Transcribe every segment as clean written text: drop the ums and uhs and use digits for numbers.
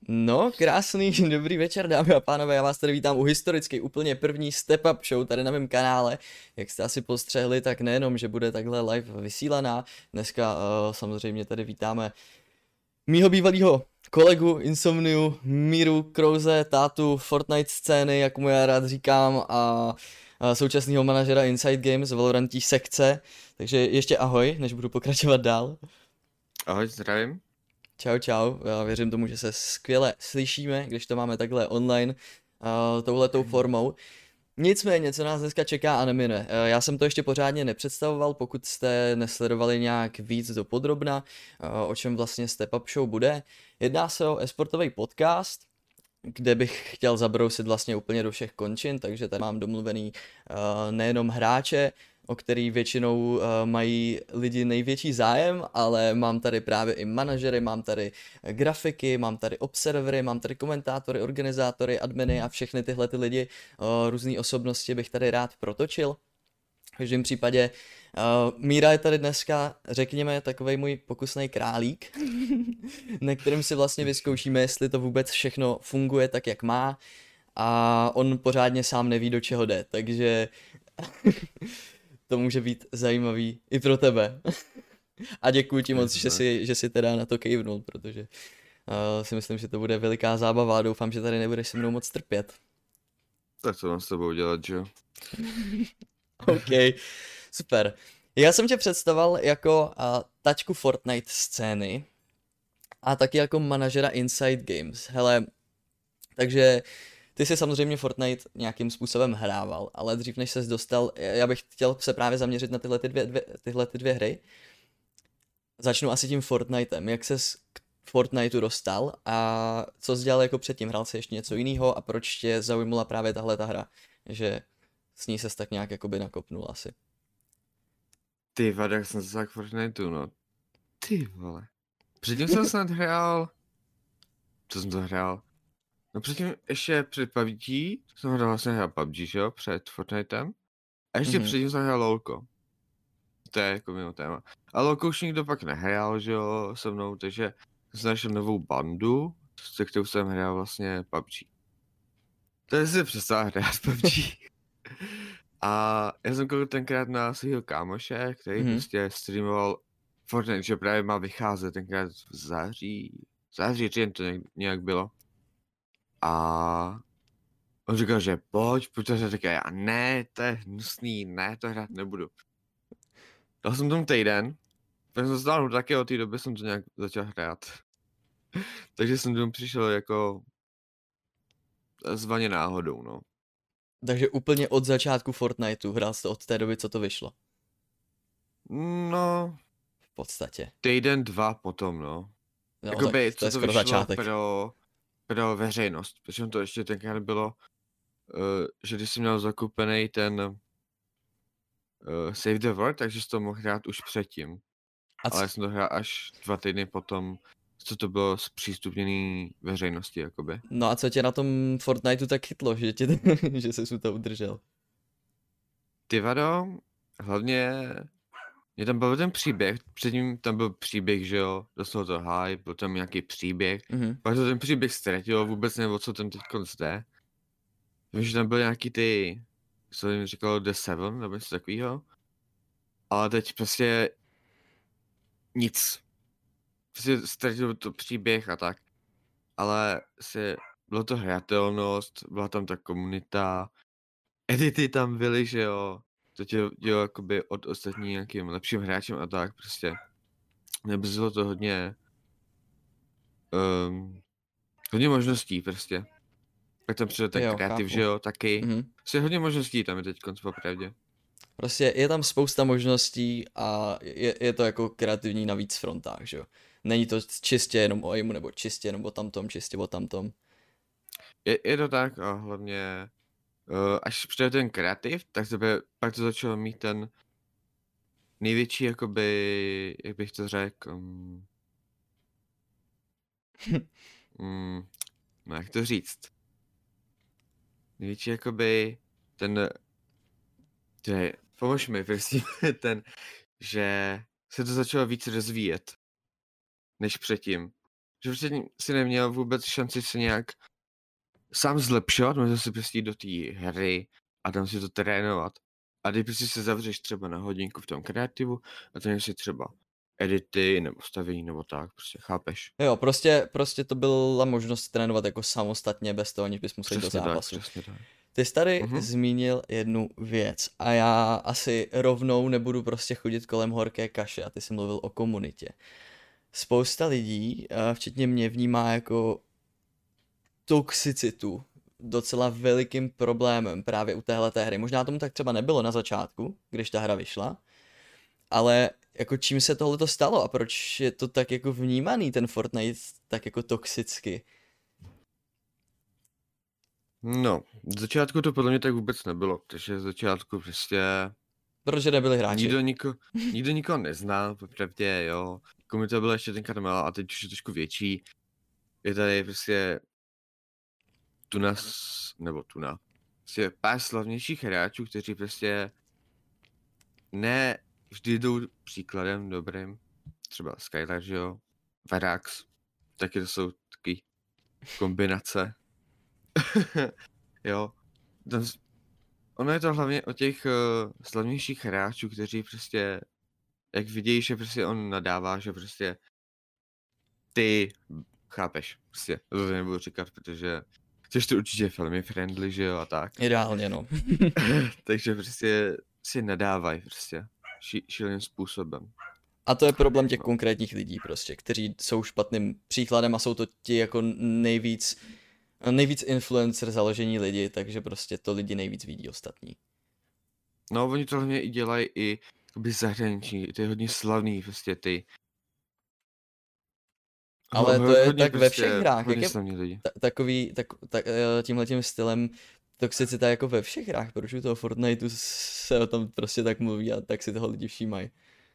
No, krásný, dobrý večer, dámy a pánové, já vás tady vítám u historicky úplně první Step Up Show tady na mém kanále. Jak jste asi postřehli, tak nejenom, že bude takhle live vysílaná, dneska samozřejmě tady vítáme mýho bývalého kolegu Insomniu, Míru, Krouze, tátu Fortnite scény, jak mu já rád říkám, a současného manažera Inside Games, Valorantí sekce, takže ještě ahoj, než budu pokračovat dál. Ahoj, zdravím. Čau, čau, já věřím tomu, že se skvěle slyšíme, když to máme takhle online, touhletou formou. Nicméně, co nás dneska čeká a nemine. Já jsem to ještě pořádně nepředstavoval, pokud jste nesledovali nějak víc dopodrobna, o čem vlastně Step Up Show bude. Jedná se o esportový podcast, kde bych chtěl zabrousit vlastně úplně do všech končin, takže tady mám domluvený nejenom hráče, o který většinou mají lidi největší zájem, ale mám tady právě i manažery, mám tady grafiky, mám tady observery, mám tady komentátory, organizátory, adminy a všechny tyhle ty lidi, různé osobnosti bych tady rád protočil. V každém případě Míra je tady dneska, řekněme, takovej můj pokusný králík, na kterém si vlastně vyzkoušíme, jestli to vůbec všechno funguje tak, jak má, a on pořádně sám neví, do čeho jde, takže to může být zajímavý i pro tebe. A děkuji ti moc, že jsi teda na to kejvnul, protože si myslím, že to bude veliká zábava a doufám, že tady nebudeš se mnou moc trpět. Tak co mám s tebou dělat, že jo? OK, super. Já jsem tě představoval jako tačku Fortnite scény a taky jako manažera Inside Games. Hele, takže ty jsi samozřejmě Fortnite nějakým způsobem hrával, ale dřív než ses dostal, já bych chtěl se právě zaměřit na tyhle dvě hry. Začnu asi tím Fortnitem. Jak ses k Fortniteu dostal a co jsi dělal jako předtím? Hrál jsi ještě něco jiného a proč tě zaujmula právě tahle ta hra? Že s ní ses tak nějak jakoby nakopnul asi. Ty vada, jak jsem se k Fortniteu, no. Ty vole. Předtím jsem snad hrál... Co jsem to hrál? No předtím ještě před PUBG jsem hrál vlastně PUBG, že jo? Před Fortnitem. A ještě předtím jsem hrál LOLko. To je jako mimo téma. A LOLko už nikdo pak nehrál, že jo, se mnou, takže jsem našel novou bandu, se kterou jsem hrál vlastně PUBG. To si přestal hrát PUBG. A já jsem koukal tenkrát na svého kámoše, který prostě streamoval Fortnite, že právě má vycházet tenkrát v září, říjen to nějak bylo. A on říkal, že pojď to hrát, říkal já ne, to je hnusný, ne, to hrát nebudu. Dal jsem tomu týden, tak jsem stáhl taky, od té doby jsem to nějak začal hrát. Takže jsem tomu přišel jako zvaně náhodou, no. Takže úplně od začátku Fortniteu hrál jsi to od té doby, co to vyšlo? No... V podstatě. Týden, dva potom, no. No jakoby, to je co to skoro vyšlo začátek. Pro veřejnost, protože to ještě tenkrát bylo, že když jsi měl zakupený ten Save the World, takže jsi to mohl hrát už předtím. Ale já jsem to hrál až 2 týdny potom, co to bylo zpřístupněný veřejnosti, jakoby. No a co tě na tom Fortniteu tak chytlo, že že jsi to udržel? Ty vado, hlavně mě tam byl ten příběh, předtím tam byl příběh, že jo, dostal to hype, byl tam nějaký příběh, pak to ten příběh ztratil, vůbec nevím, o co ten teď jde. Vím, že tam byl nějaký ty, co jim říkalo The Seven, nebo něco takového, ale teď prostě nic. Prostě ztratil to příběh a tak, ale bylo to hratelnost, byla tam ta komunita, edity tam byly, že jo, to tě dělalo jakoby od ostatních nějakým lepším hráčem a tak, prostě. Nebrzilo to hodně možností prostě. Tak tam přijde ten kreativ, že jo, taky. Prostě hodně možností tam je teď popravdě. Prostě je tam spousta možností a je to jako kreativní na víc frontách, že jo. Není to čistě jenom o aimu, nebo čistě jenom o tamtom, čistě o tamtom. Je to tak a hlavně až přijde ten kreativ, tak pak to začalo mít ten největší, jakoby, jak bych to řekl, no jak to říct. Největší, jakoby, pomož mi, prosím, že se to začalo víc rozvíjet, než předtím. že prostě si neměl vůbec šanci se nějak sám zlepšovat, můžeš se prostě jít do té hry a tam si to trénovat. A když prostě se zavřeš třeba na hodinku v tom kreativu a to si třeba edity nebo stavění nebo tak, prostě chápeš. Jo, prostě to byla možnost trénovat jako samostatně bez toho, aniž bys musel jít do zápasu. Přesně tak. Ty jsi tady zmínil jednu věc a já asi rovnou nebudu prostě chodit kolem horké kaše a ty jsi mluvil o komunitě. Spousta lidí, včetně mě, vnímá jako toxicitu docela velikým problémem právě u téhleté hry. Možná tomu tak třeba nebylo na začátku, když ta hra vyšla, ale jako čím se tohleto stalo a proč je to tak jako vnímaný ten Fortnite tak jako toxicky? No, z začátku to podle mě tak vůbec nebylo, takže z začátku prostě... Protože nebyli hráči. Nikdo nikoho neznal, popravdě, jo. Komunita byla ještě tenkrát malá a teď už je trošku větší. Je tady prostě Tuna. Prostě pár slavnějších hráčů, kteří prostě ne vždy jdou příkladem dobrým. Třeba Skylar, že jo, Verax, taky to jsou taky kombinace. Jo, ono je to hlavně o těch slavnějších hráčů, kteří prostě, jak vidí, že prostě on nadává, že prostě ty chápeš, prostě, to nebudu říkat, protože chceš to určitě filmy friendly, že jo, a tak. Ideálně, no. Takže prostě si nadávají prostě šíleným způsobem. A to je problém těch konkrétních lidí prostě, kteří jsou špatným příkladem a jsou to ti jako nejvíc influencer založení lidi, takže prostě to lidi nejvíc vidí ostatní. No, oni to hlavně i dělají i jakoby zahraniční, ty hodně slavný prostě ty. Ale to je tak prostě ve všech hrách, jak je lidi. tímhletím stylem toxicita jako ve všech hrách, proč u toho Fortniteu se o tom prostě tak mluví a tak si toho lidi všímají.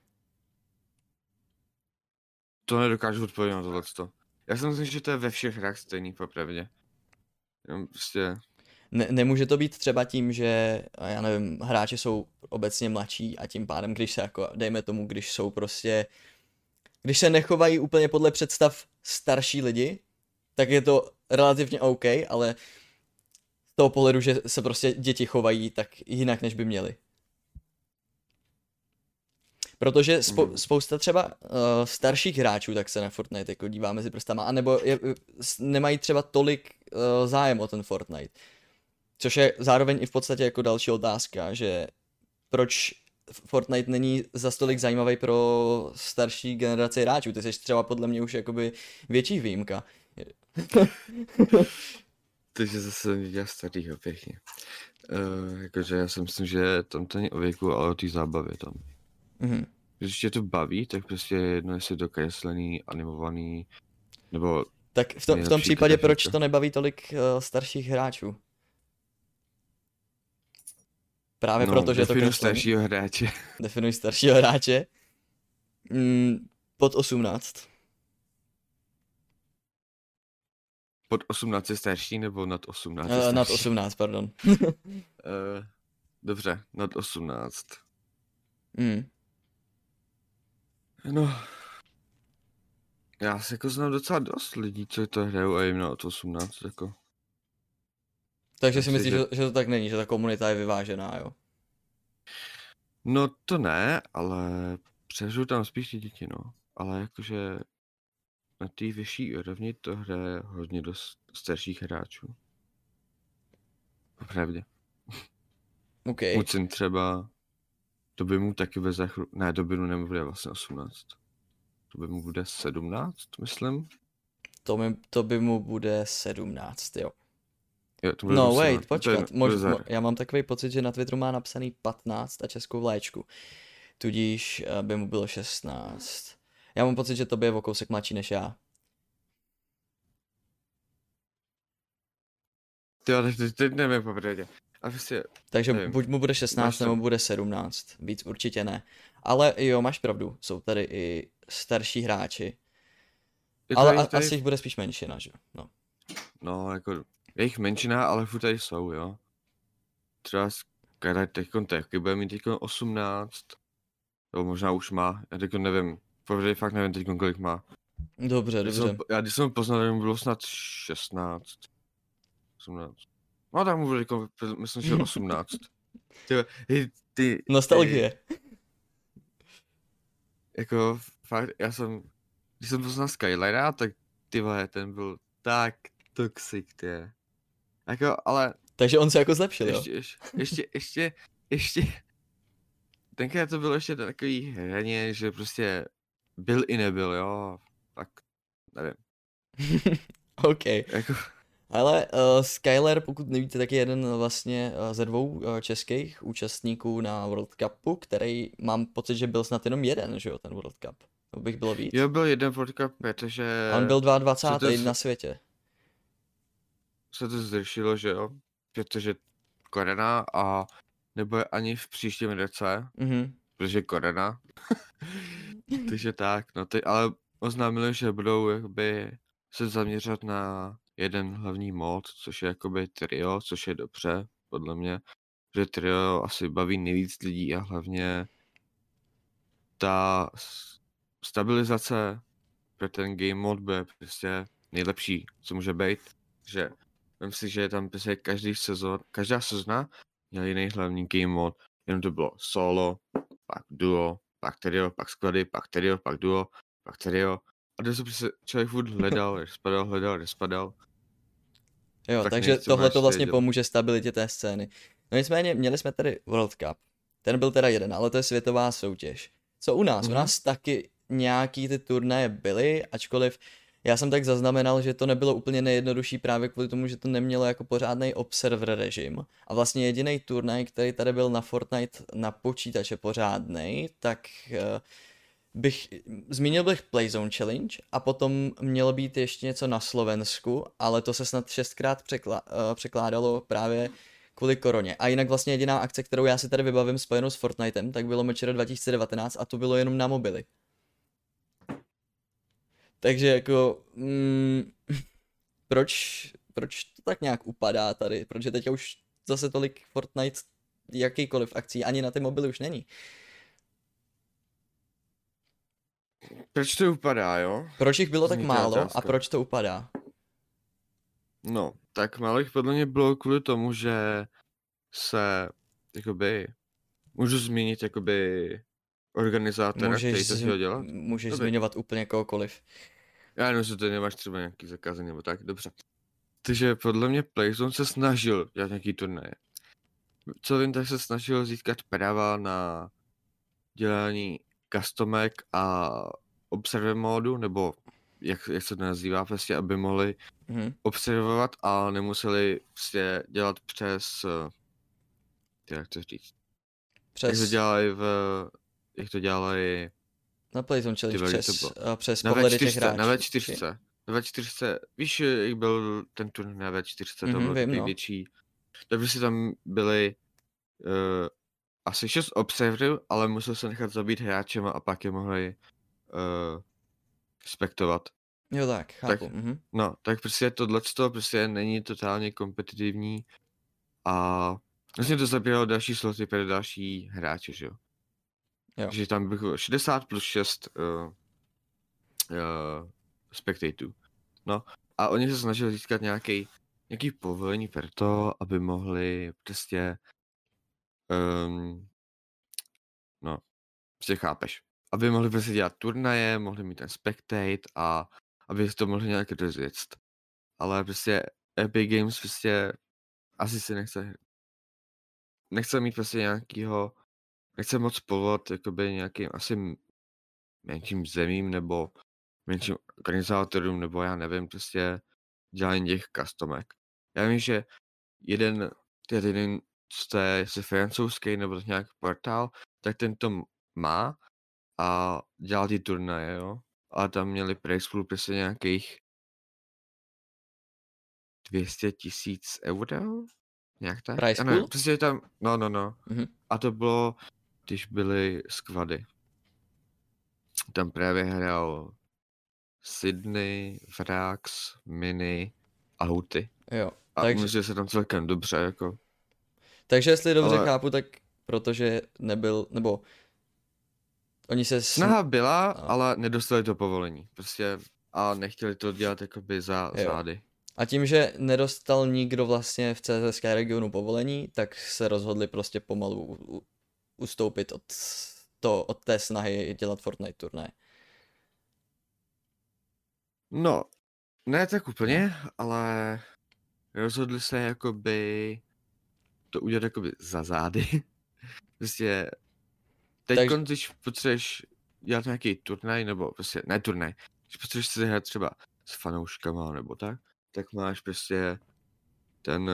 To nedokážu odpovědět na tohleto. Já si myslím, že to je ve všech hrách stejný, popravdě. Prostě... Nemůže to být třeba tím, že, já nevím, hráči jsou obecně mladší a tím pádem, když se jako, dejme tomu, když se nechovají úplně podle představ starší lidi, tak je to relativně OK, ale z toho pohledu, že se prostě děti chovají tak jinak, než by měli. Protože spousta třeba starších hráčů tak se na Fortnite jako dívá mezi prstama, anebo nemají třeba tolik zájem o ten Fortnite. Což je zároveň i v podstatě jako další otázka, že proč Fortnite není za tolik zajímavý pro starší generaci hráčů. Ty jsi třeba podle mě už jakoby větší výjimka. Takže zase mě dělá starýho pěkně. Jakože já si myslím, že tam to není o věku, ale o té zábavě tam. Když tě to baví, tak prostě jedno jestli dokreslený, animovaný, nebo... Tak v tom případě proč to nebaví tolik starších hráčů? Právě proto, že to definuj staršího hráče. Definuj staršího hráče. Pod 18. Pod 18 je starší nebo nad 18 je starší? Nad 18, pardon. Dobře, nad 18. No, já si jako znám docela dost lidí, co to hrajou a jim nad 18, jako. Takže si myslíš, že to tak není, že ta komunita je vyvážená, jo? No to ne, ale přežiju tam spíš ty děti, no. Ale jakože na té vyšší úrovni to hraje hodně dost starších hráčů. Opravdě. OK. Mucin třeba, to by mu taky ve záchru... Ne, to by mu nebude vlastně 18. To by mu bude 17, myslím. To by mu bude 17, jo. Jo, to bude no 18. Wait, počkat, já mám takový pocit, že na Twitteru má napsaný 15 a českou vlaječku. Tudíž by mu bylo 16. Já mám pocit, že to je o kousek mladší než já. Jo, teď nevím popravdě. Prostě, takže nevím. Buď mu bude 16 nebo bude 17. Víc určitě ne. Ale jo, máš pravdu, jsou tady i starší hráči. Ale asi jich bude spíš menšina, že? No, jako je jich menšina, ale furt tady jsou, jo. Třeba Skylar teďkon taky bude mít teďkon 18. Nebo možná už má, já teďkon nevím. Pověděj, fakt nevím teďkon, kolik má. Dobře, dobře. Když jsem ho poznal, tak mu bylo snad 16, 18. No tak mu bylo, jako, myslím, že 18. Ty, Nostalgie. jako fakt, když jsem poznal Skylera, tak ty vole, ten byl tak toxic, ty. Jako, ale Takže on se jako zlepšil, jo? ještě, tenkrát to bylo ještě takový hraně, že prostě byl i nebyl, jo, tak nevím. OK. Jako, Ale Skyler, pokud nevíte, tak je jeden vlastně ze dvou českých účastníků na World Cupu, který mám pocit, že byl snad jenom jeden, že jo, ten World Cup. To bych bylo víc. jo, byl jeden World Cup, protože... A on byl 22. na světě. Se to zrušilo, že jo, protože korona a nebude ani v příštím roce, protože korona. Takže tak, no ty, ale oznámili, že budou jakoby se zaměřovat na jeden hlavní mod, což je jakoby trio, což je dobře, podle mě, že trio asi baví nejvíc lidí a hlavně ta stabilizace pro ten game mod bude prostě nejlepší, co může být, že myslím si, že tam prostě každá sezona měla jiný hlavní game mod, jenom to bylo solo, pak duo, pak trio, pak squady, pak trio, pak duo, pak trio. A to se prostě člověk furt hledal, nespadal. Jo, Tak takže nejvíc, co tohle máš to vlastně vědět. pomůže stabilitě té scény. No nicméně, měli jsme tady World Cup. Ten byl teda jeden, ale to je světová soutěž. Co u nás? U nás taky nějaký ty turnaje byly, ačkoliv já jsem tak zaznamenal, že to nebylo úplně nejjednodušší právě kvůli tomu, že to nemělo jako pořádný observer režim. A vlastně jediný turnaj, který tady byl na Fortnite na počítače pořádnej, tak zmínil bych Playzone Challenge a potom mělo být ještě něco na Slovensku, ale to se snad 6krát překládalo právě kvůli koroně. A jinak vlastně jediná akce, kterou já si tady vybavím spojenou s Fortnitem, tak bylo Mečero 2019 a to bylo jenom na mobily. Takže jako, proč to tak nějak upadá tady? Proč je teďka už zase tolik Fortnite jakýkoliv akcí ani na ty mobily už není? Proč to upadá, jo? Proč jich bylo tak Zní to málo otázka. a proč to upadá? No, tak málo jich podle mě bylo kvůli tomu, že se, jakoby, můžu zmínit, jakoby, organizátora, který to chtěl dělat? Můžeš Dobrý. zmiňovat úplně kohokoliv. Já jenom, že tady nemáš třeba nějaký zakazy nebo tak, dobře. Takže podle mě Playzone se snažil dělat nějaký turnaje. Co vím, tak se snažil získat práva na dělání customek a observer módu, nebo jak se to nazývá, prostě, aby mohli observovat a nemuseli prostě dělat přes, jak to říct, jak to dělali na Playzone Challenge přes na pohledy těch hráčů. Na V4, víš, jak byl ten turnaj na V4, to byl takový větší. Takže si tam byli asi 6 observerů, ale musel se nechat zabít hráčem a pak je mohli spektovat. Jo tak, chápu. No, tak prostě tohleto prostě není totálně kompetitivní a vlastně to zabíralo další sloty pro další hráče, že jo. Takže tam bylo 60 plus 6 spectatů. No, a oni se snažili získat nějaký povolení pro to, aby mohli prostě no, prostě chápeš. Aby mohli prostě dělat turnaje, mohli mít ten spectate a aby to mohli nějak rozjet. Ale prostě Epic Games prostě asi si nechce mít prostě nějakýho, nechce moc povolovat jakoby nějakým asi menším zemím nebo menším organizátorům nebo já nevím, prostě dělání těch customek. Já vím, že jeden co je jestli francouzský nebo nějaký portál, tak ten to má a dělal ty turnaje, jo. A tam měli prize pool prostě nějakých 200 000 euro? Nějak tak? Prize pool? Prostě tam, no. A to bylo, když byly squady. Tam právě hrál Sydney, Vrax, Mini a Huty. Jo. A takže myslím, že se tam celkem dobře, jako. Takže jestli dobře chápu, tak protože nebyl, nebo Oni se Snaha byla, no. ale nedostali to povolení. Prostě a nechtěli to dělat jakoby za Jo. zády. A tím, že nedostal nikdo vlastně v CSK regionu povolení, tak se rozhodli prostě pomalu ustoupit od té snahy dělat Fortnite turné. No, ne tak úplně, ale rozhodli se jakoby to udělat jakoby za zády. Prostě teď, když potřebuješ dělat nějaký turnaj, nebo prostě ne turnaj, když potřebuješ si hrát třeba s fanouškama nebo tak máš prostě ten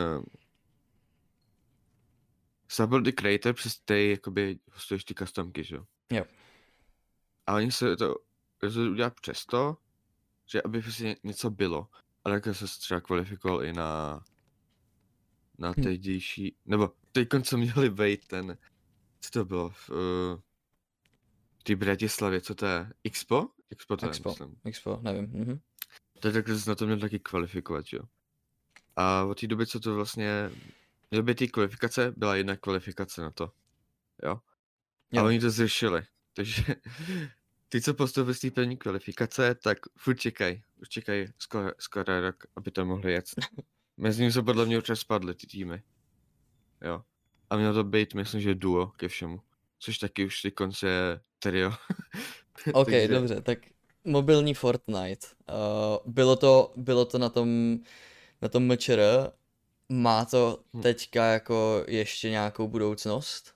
Support the Creator, přes který jakoby hostuješ ty customky, že jo? Jo. A oni se to rozhodli udělat přesto, že aby prostě něco bylo. A takhle se třeba kvalifikoval i na tehdejší, nebo teď co měli být ten, co to bylo, v té Bratislavě, co to je, Expo? Expo to je, myslím. Expo, nevím. Mhm. To je takhle se na to měl taky kvalifikovat, jo. A od té doby, co to vlastně, v době té kvalifikace byla jedna kvalifikace na to, jo. A oni to zřešili, takže ty, co postoupili z té první kvalifikace, tak furt čekají skoro rok, aby to mohli jet. Mezi nimi se podle mě určitě spadly ty týmy. Jo. A mělo to být, myslím, že duo ke všemu. Což taky už ty konce je trio. OK, takže... dobře, tak mobilní Fortnite. Bylo to na tom MČR. Má to teďka jako ještě nějakou budoucnost?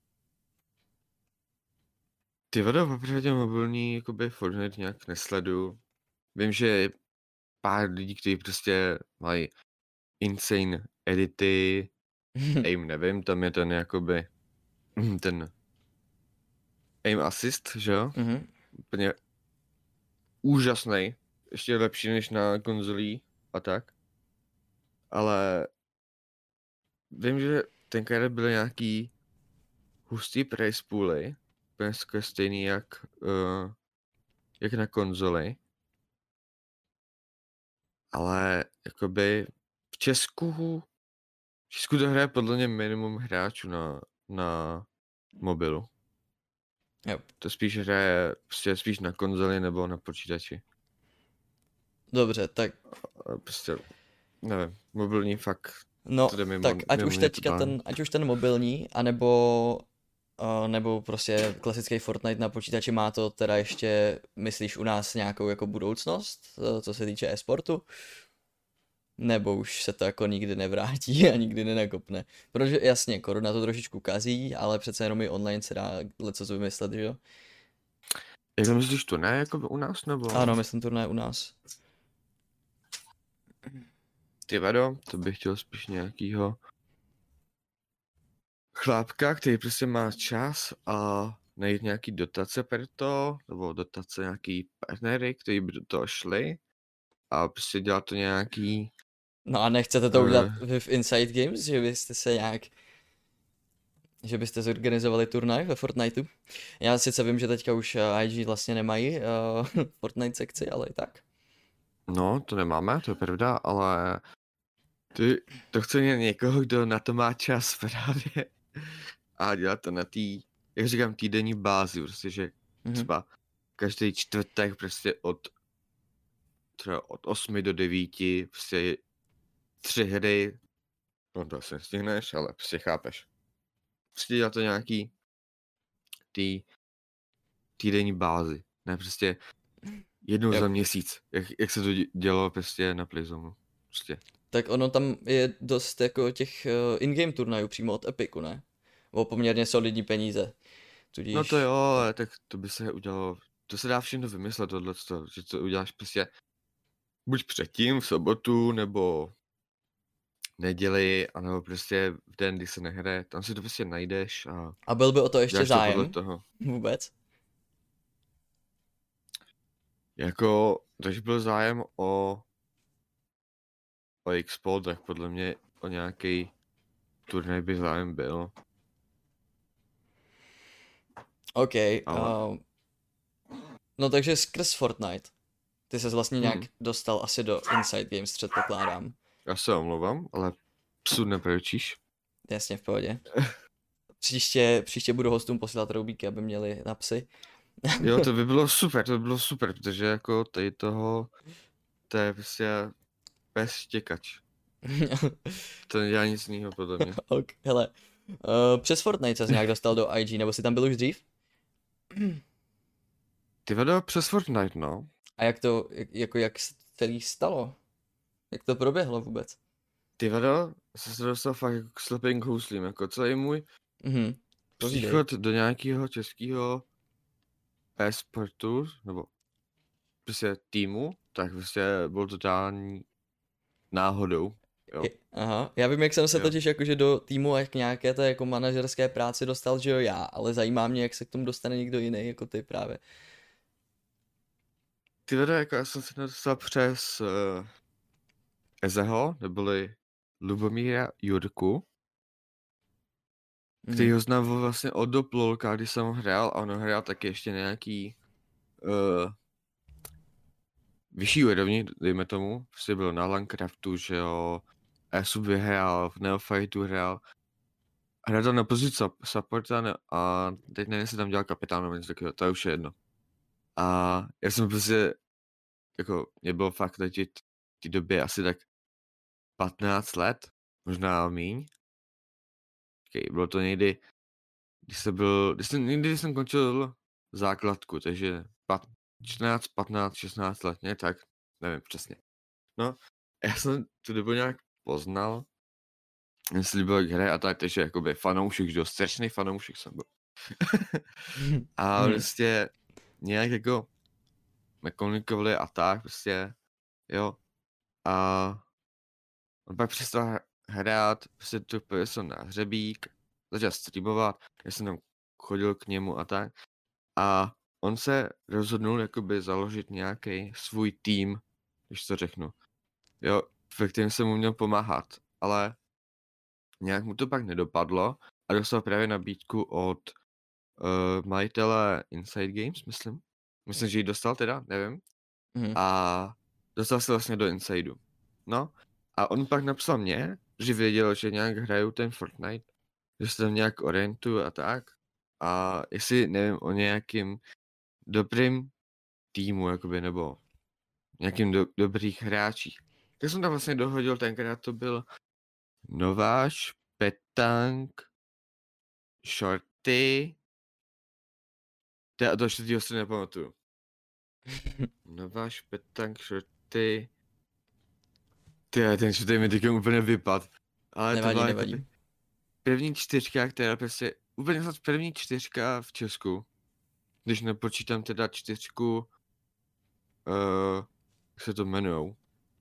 Ty vado, popravdě mobilní jakoby Fortnite nějak nesleduju. Vím, že je pár lidí, kteří prostě mají insane edity, aim nevím, tam je ten jakoby ten aim assist, že jo? Mm-hmm. Úplně úžasný, ještě lepší než na konzolí a tak. Ale vím, že tenkrát byly nějaký hustý price pooly, úplně stejný jak na konzoli. Ale jakoby v Česku to hraje podle mě minimum hráčů na mobilu. Yep. To spíš hraje prostě spíš na konzoli nebo na počítači. Dobře, tak... Prostě, nevím, mobilní fakt... No, tak ať už ten mobilní, nebo prostě klasický Fortnite na počítači, má to teda ještě, myslíš, u nás nějakou jako budoucnost, co se týče e-sportu? Nebo už se to jako nikdy nevrátí a nikdy nenakopne? Protože jasně, korona to trošičku kazí, ale přece jenom i online se dá leco vymyslet, že jo? Jak to myslíš turné jako u nás, nebo? Ano, myslím turné u nás. Ty vado, to bych chtěl spíš nějakýho chlápka, který prostě má čas a najít nějaký dotace pro to, nebo dotace nějaký partnery, kteří by do toho šli a prostě dělat to nějaký... No a nechcete to udělat v Inside Games, že byste zorganizovali turnaj ve Fortniteu? Já sice vím, že teďka už IG vlastně nemají Fortnite sekci, ale i tak. No, to nemáme, to je pravda, ale to chce někoho, kdo na to má čas právě a dělat to na jak říkám, týdenní bázi, prostě, že třeba každý čtvrtek prostě od 8 do 9 prostě 3 hry, no to asi nestihneš, ale prostě chápeš. Prostě dělat to nějaký týdenní bázi, ne prostě jednou za měsíc, jak se to dělalo prostě na Playzonu. Prostě. Tak ono tam je dost jako těch in-game turnajů přímo od Epicu, ne? O poměrně solidní peníze. Tudíž... No to jo, ale tak to by se udělalo, to se dá všechno vymyslet tohleto, že to uděláš prostě buď předtím v sobotu, nebo neděli, anebo prostě v den, kdy se nehraje, tam si to prostě najdeš a byl by o to ještě zájem? Toho. Vůbec? Jako, když byl zájem o Expo, tak podle mě o nějaký turnaj by zájem byl. OK. No takže skrz Fortnite. Ty ses vlastně nějak dostal asi do Inside Games, předpokládám. Já se omlouvám, ale psu nepročíš. Jasně, v pohodě. Příště budu hostům posílat roubíky, aby měli na psy. Jo, to by bylo super, protože jako tady toho, to je prostě pes štěkač. To nedělá nic jiného podle mě. Ok, hele. Přes Fortnite ses nějak dostal do IG, nebo jsi tam byl už dřív? Ty vado přes Fortnite, no. A jak to, jak se celý stalo? Jak to proběhlo vůbec? Ty vado, jsem se dostal fakt jako k slepým houslím, jako celý můj Mhm. Povídej. příchod do nějakého českého e-sportu, nebo prostě týmu, tak prostě byl totální náhodou, jo. Aha, já vím, jak jsem se Jo. totiž jakože do týmu a k nějaké té jako manažerské práci dostal, že jo já, ale zajímá mě, jak se k tomu dostane někdo jiný, jako ty právě. Ty vado, jako já jsem se dostal přes Ezeho, neboli Lubomíra Jurku, který ho znám vlastně od dob LOLka, když jsem ho hrál, a on hrál taky ještě nějaký vyšší úrovni, dejme tomu, prostě byl na Landcraftu, že jo, ESUB hrál, v Neofightu hrál, hrál tam na pozici supporta a teď nevím, jestli tam dělal kapitán nebo něco takového, to je už jedno. A já jsem prostě, jako, mě bylo fakt teď v té době asi tak 15 let, možná míň. Okay, bylo to někdy, když jsem končil základku, takže 14, 15, 16 let, ne, tak, nevím přesně. No, já jsem tu dobu nějak poznal, mně se líbilo, jak hraje a tak, takže jakoby fanoušek, že jo, strašný fanoušek jsem byl. A prostě nějak jako nekomunikovali a tak, prostě, jo. A on pak přestal hrát, prostě tu jsem na hřebík, začal streamovat, já jsem tam chodil k němu a tak. A on se rozhodnul jakoby založit nějaký svůj tým, když to řeknu. Jo, ve kterém jsem mu měl pomáhat, ale nějak mu to pak nedopadlo a dostal právě nabídku od majitele Inside Games, myslím. Myslím, že ji dostal teda, nevím. A dostal se vlastně do Insideu. No, a on pak napsal mě, že věděl, že nějak hraju ten Fortnite, že se tam nějak orientuju a tak. A jestli nevím o nějakým dobrým týmu, jakoby, nebo nějakým dobrých hráčích. Tak jsem tam vlastně dohodil, tenkrát to byl Nováš, Petank, Shorty, to čtvrtýho si nepamatuju. Nováš, Petank, Shorty, ten čtvrtý mi teď úplně vypad. Ale nevadí, to byla nevadí. jakoby první čtyřka, která prostě, úplně snad první čtyřka v Česku. Když nepočítám teda čtyřku, jak se to jmenujou?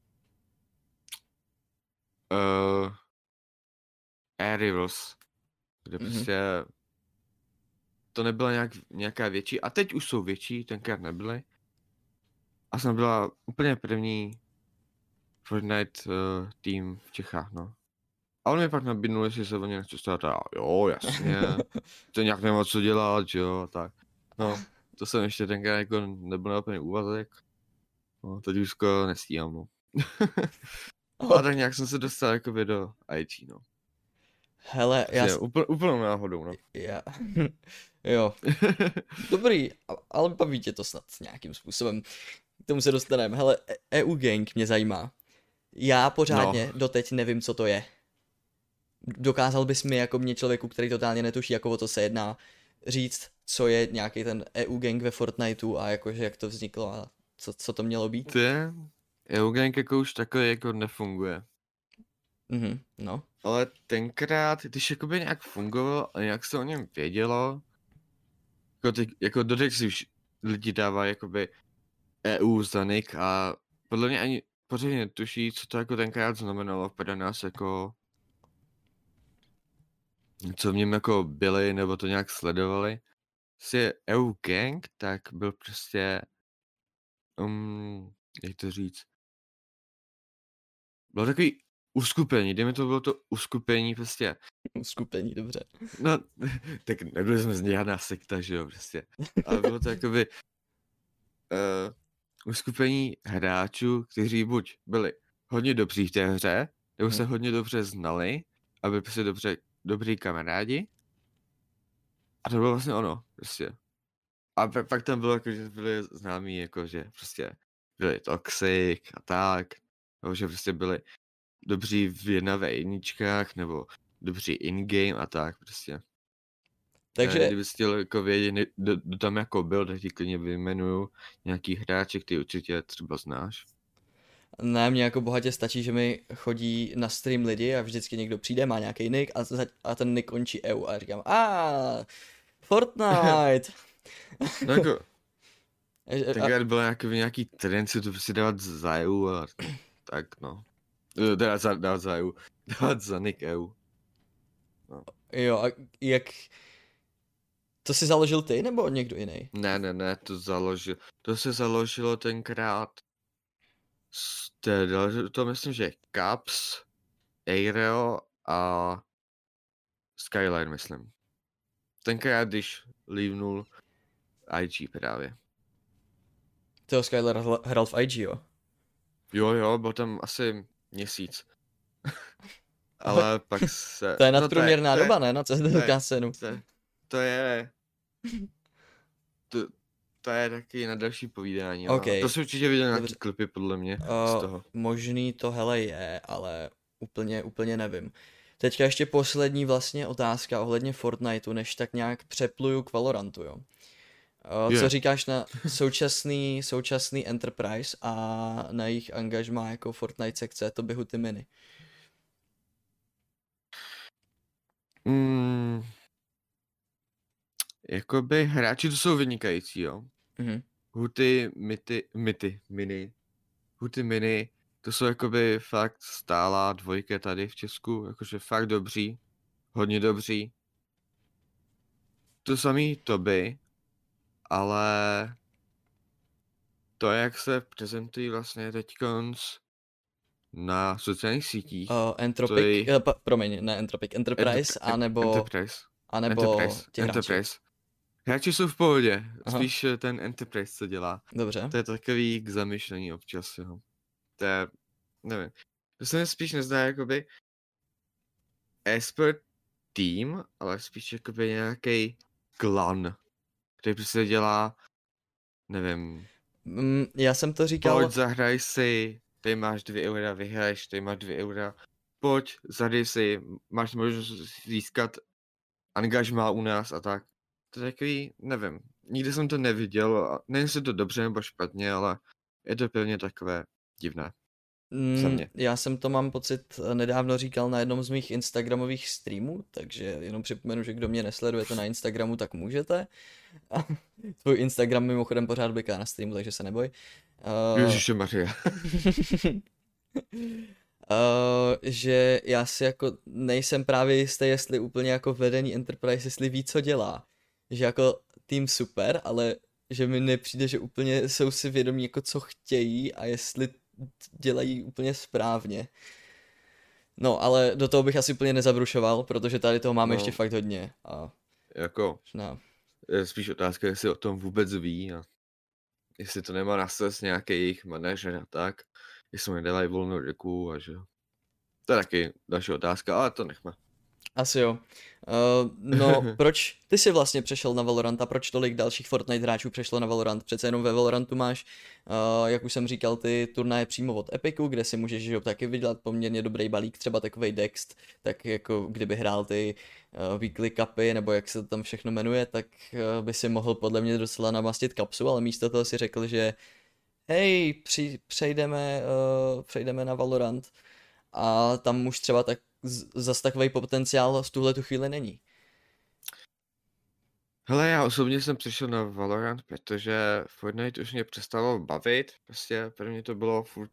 Air Rivals, kde prostě to nebyla nějaká větší, a teď už jsou větší, tenkrát nebyly. A jsem byla úplně první Fortnite tým v Čechách, no. A on mi pak nabídnul, jestli se o ně nechci stát, a jo, jasně, to nějak nemá co dělat, jo, a tak. No, to jsem ještě tenkrát jako nebyl na úplně úvazek. No, teď už skoro nestíhám, no. A tak nějak jsem se dostal jakoby do IG, no. Hele, já... Úplnou náhodou, no. Jo. Dobrý, ale baví tě to snad nějakým způsobem. K tomu se dostaneme. Hele, EU Gang mě zajímá. Já pořádně doteď nevím, co to je. Dokázal bys mi jako mě člověku, který totálně netuší, jako o to se jedná, říct, co je nějaký ten EU Gang ve Fortniteu a jakože jak to vzniklo a co to mělo být? EU Gang jako už takový jako nefunguje. No. Ale tenkrát, když jakoby nějak fungoval a nějak se o něm vědělo, jako doteď si už lidi dávají jakoby EU za nick a podle mě ani pořádně netuší, co to jako tenkrát znamenalo pro nás jako, co v něm jako byli nebo to nějak sledovali. Prostě EU Gang, tak byl prostě, jak to říct, bylo takový uskupení, dejme to, bylo to uskupení prostě. Uskupení, dobře. No, tak nebyli jsme z žádná sekta, že jo, prostě. Ale bylo to jakoby uskupení hráčů, kteří buď byli hodně dobří v té hře, nebo se hodně dobře znali a byli prostě dobrý kamarádi. A to bylo vlastně ono, prostě. A pak tam bylo jako, že byli známí, jako že prostě byli toxic a tak, nebo že prostě byli dobří v 1v1, nebo dobří in-game a tak prostě. Takže Kdyby jsi chtěl jako vědět, kdo tam jako byl, tak ti klidně vyjmenuju nějaký hráče, ty určitě třeba znáš. ne, mně jako bohatě stačí, že mi chodí na stream lidi a vždycky někdo přijde, má nějaký nick a ten nick končí EU a říkám Fortnite. No jako, A- tenkrát byl nějaký trend si to prostě dávat za EU a tak no. Dávat za EU, dávat za nick EU. Jo, a jak... To si založil ty nebo někdo jiný? Ne, to se založilo tenkrát to myslím, že Caps, Aereo a Skyline, myslím. Tenkrát, když leavnul IG právě. Toho Skyler hrál v IG, jo? Jo, byl tam asi měsíc. Ale pak se... To je nadprůměrná doba, ne? Na CS:GO scénu. To je taky na další povídání. Okay. To si určitě viděl nějaký klipy podle mě z toho. Možný to hele je, ale úplně nevím. Teďka ještě poslední vlastně otázka ohledně Fortniteu, než tak nějak přepluju k Valorantu, jo. Co říkáš na současný Enterprise a na jejich angažmá jako Fortnite sekce, to běhu ty miny? Jakoby hráči to jsou vynikající, jo. Huty, Mini, to jsou jakoby fakt stálá dvojka tady v Česku, jakože fakt dobří, hodně dobří. To samý Toby, ale to, jak se prezentují vlastně teďkonc na sociálních sítích. Entropic, promiň, ne Entropic, Enterprise, anebo Enterprise. Hráči jsou v pohodě, spíš ten Enterprise, co dělá. Dobře. To je takový k zamyšlení občas, jo. To je, nevím, to se mi spíš nezdá jakoby esport tým, ale spíš jakoby nějaký klan, který prostě dělá, nevím. Já jsem to říkal... Pojď, zahraj si, tady máš 2 eura, vyhraješ, tady máš 2 eura. Pojď, zahraj si, máš možnost získat angažmá u nás a tak. To je takový, nevím, nikdy jsem to neviděl a nevím, jestli to dobře nebo špatně, ale je to pevně takové divné. Já jsem to, mám pocit, nedávno říkal na jednom z mých instagramových streamů, takže jenom připomenu, že kdo mě nesledujete na Instagramu, tak můžete. Tvůj Instagram mimochodem pořád bliká na streamu, takže se neboj. Ježišmarja. Že já si jako nejsem právě jistý, jestli úplně jako vedení Enterprise, jestli ví, co dělá. Že jako tým super, ale že mi nepřijde, že úplně jsou si vědomí jako co chtějí a jestli dělají úplně správně. No, ale do toho bych asi úplně nezabrušoval, protože tady toho máme ještě fakt hodně. A... Jako, je spíš otázka, jestli o tom vůbec ví a jestli to nemá na nějaký jejich manažer a tak, jestli mu nedělají volnou řeku a že... To je taky další otázka, ale to nechme. Asi jo. No, proč ty jsi vlastně přešel na Valorant a proč tolik dalších Fortnite hráčů přešlo na Valorant? Přece jenom ve Valorantu máš, jak už jsem říkal, ty turnaje přímo od Epicu, kde si můžeš taky vydělat poměrně dobrý balík, třeba takovej Dext, tak jako kdyby hrál ty weekly cupy, nebo jak se to tam všechno jmenuje, tak by si mohl podle mě docela namastit kapsu, ale místo toho si řekl, že hej, přejdeme na Valorant a tam už třeba tak zas takový potenciál v tuhletu chvíli není. Hele, já osobně jsem přišel na Valorant, protože Fortnite už mě přestalo bavit, prostě pro mě to bylo furt...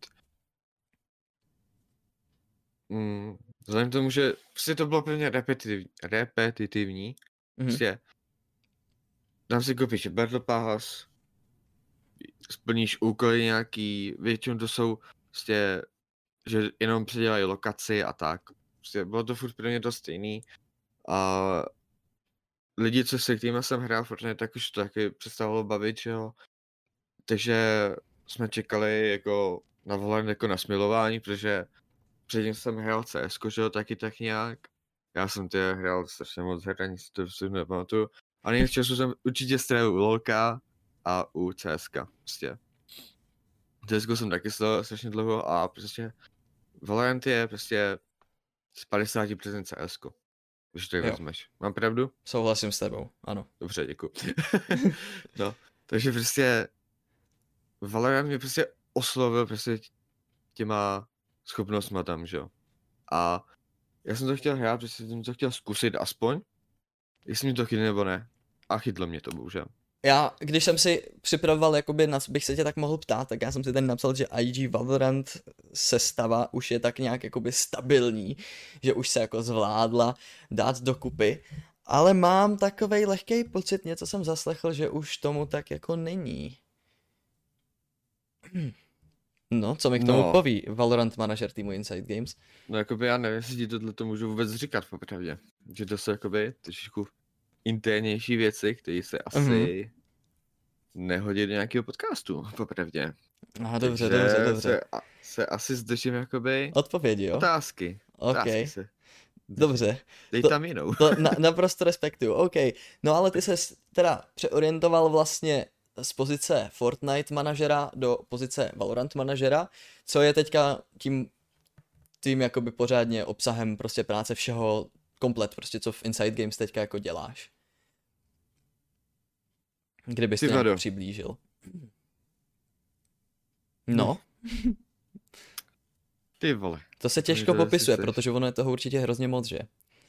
Vzhledem k tomu, že prostě to bylo pro mě repetitivní, prostě dám si koupíš Battle Pass, splníš úkoly nějaký, většinou to jsou prostě, že jenom předělají lokaci a tak. Prostě bylo to furt pro mě dost stejný a lidi, co se kterými jsem hrál Fortnite, tak už to taky přestávalo bavit, že jo. Takže jsme čekali jako na Valorant jako na smilování, protože předtím jsem hrál CS, že jo, taky tak nějak. Já jsem hrál strašně moc her, ani si to nepamatuju. A nejvíc času jsem určitě strávil u LOLka a u CSka, prostě. CSku jsem taky strašně dlouho a prostě Valorant je prostě z 50% CSko, když to Jo. vezmeš. Mám pravdu? Souhlasím s tebou, ano. Dobře, děkuji. No, takže prostě Valorant mě prostě oslovil prostě těma schopnostma tam, že jo. A já jsem to chtěl hrát, protože jsem to chtěl zkusit aspoň, jestli mě to chytne nebo ne. A chytlo mě to, bohužel. Já, když jsem si připravoval, jakoby, na co bych se tě tak mohl ptát, tak já jsem si tady napsal, že IG Valorant sestava už je tak nějak jakoby stabilní, že už se jako zvládla dát dokupy, ale mám takovej lehký pocit, něco jsem zaslechl, že už tomu tak jako není. No, co mi k tomu poví Valorant manažer týmu Inside Games? No jakoby já nevím, jestli ti tohle to můžu vůbec říkat popravdě. Že to jsou jakoby trošičku internější věci, které se asi nehodí do nějakého podcastu, popravdě. Aha, dobře. Se asi zdržím jakoby odpovědi, jo? Otázky. Okay. Dobře. Dej tam jinou. To naprosto respektuju, OK. No ale ty se teda přeorientoval vlastně z pozice Fortnite manažera do pozice Valorant manažera, co je teďka tím jakoby pořádně obsahem prostě práce všeho komplet, prostě co v Inside Games teďka jako děláš. Kdybys to nějak přiblížil. No. Ty vole. To se těžko popisuje, protože ono je toho určitě hrozně moc, že?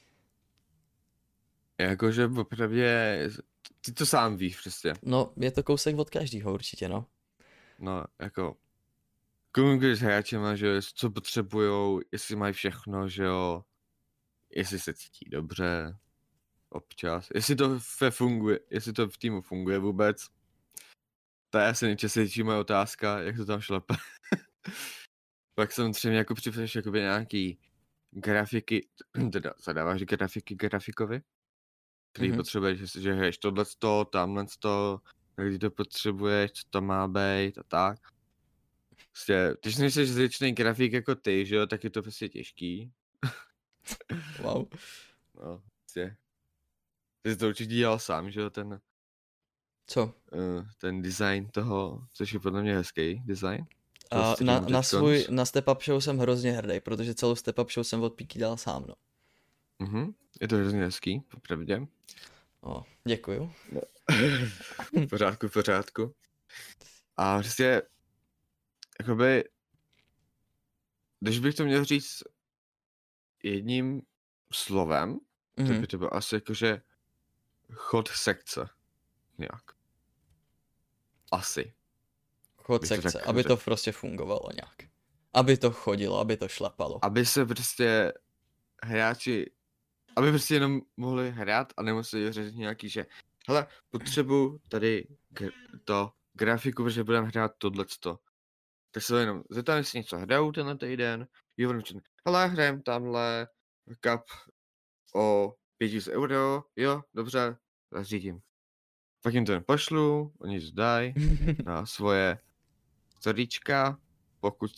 Jakože opravdě, ty to sám víš prostě. No, je to kousek od každého určitě, no. No, jako, komunikuješ s hráčema, že jo, co potřebujou, jestli mají všechno, že jo, jestli se cítí dobře, občas, jestli to v týmu funguje vůbec. To je asi nejčastější moje otázka, jak to tam šlape. Pak samozřejmě jako připravuješ jakoby nějaký grafiky, teda zadáváš grafiky grafikovi, který potřebuješ, že hraješ tohleto, tamhleto, kdy to potřebuješ, co to má být a tak. Prostě, když nejsi zličný grafik jako ty, že jo, tak je to prostě těžký. Wow. No, prostě. Ty jsi to určitě dělal sám, že jo, ten... Co? Ten design toho, což je podle mě hezký design. Na Step Up Show jsem hrozně hrdý, protože celou Step Up Show jsem od píky dělal sám, no. Je to hrozně hezký, popravdě. Děkuju. No. v pořádku. A prostě, jakoby, když bych to měl říct jedním slovem, tak by to bylo asi jakože chod sekce. Nějak. Asi. Chod sekce, aby to prostě fungovalo nějak. Aby to chodilo, aby to šlapalo. Aby se prostě hráči, aby prostě jenom mohli hrát a nemuseli řešit nějaký, že hele, potřebuji tady to grafiku, protože budeme hrát tohleto. Tak se jenom zeptám, jestli něco hrajou tenhle týden, jo, hele, hrajem tamhle cup o 500 euro, jo, dobře, zařídím. Pak jim to pošlu, oni to dají na svoje storíčka, pokud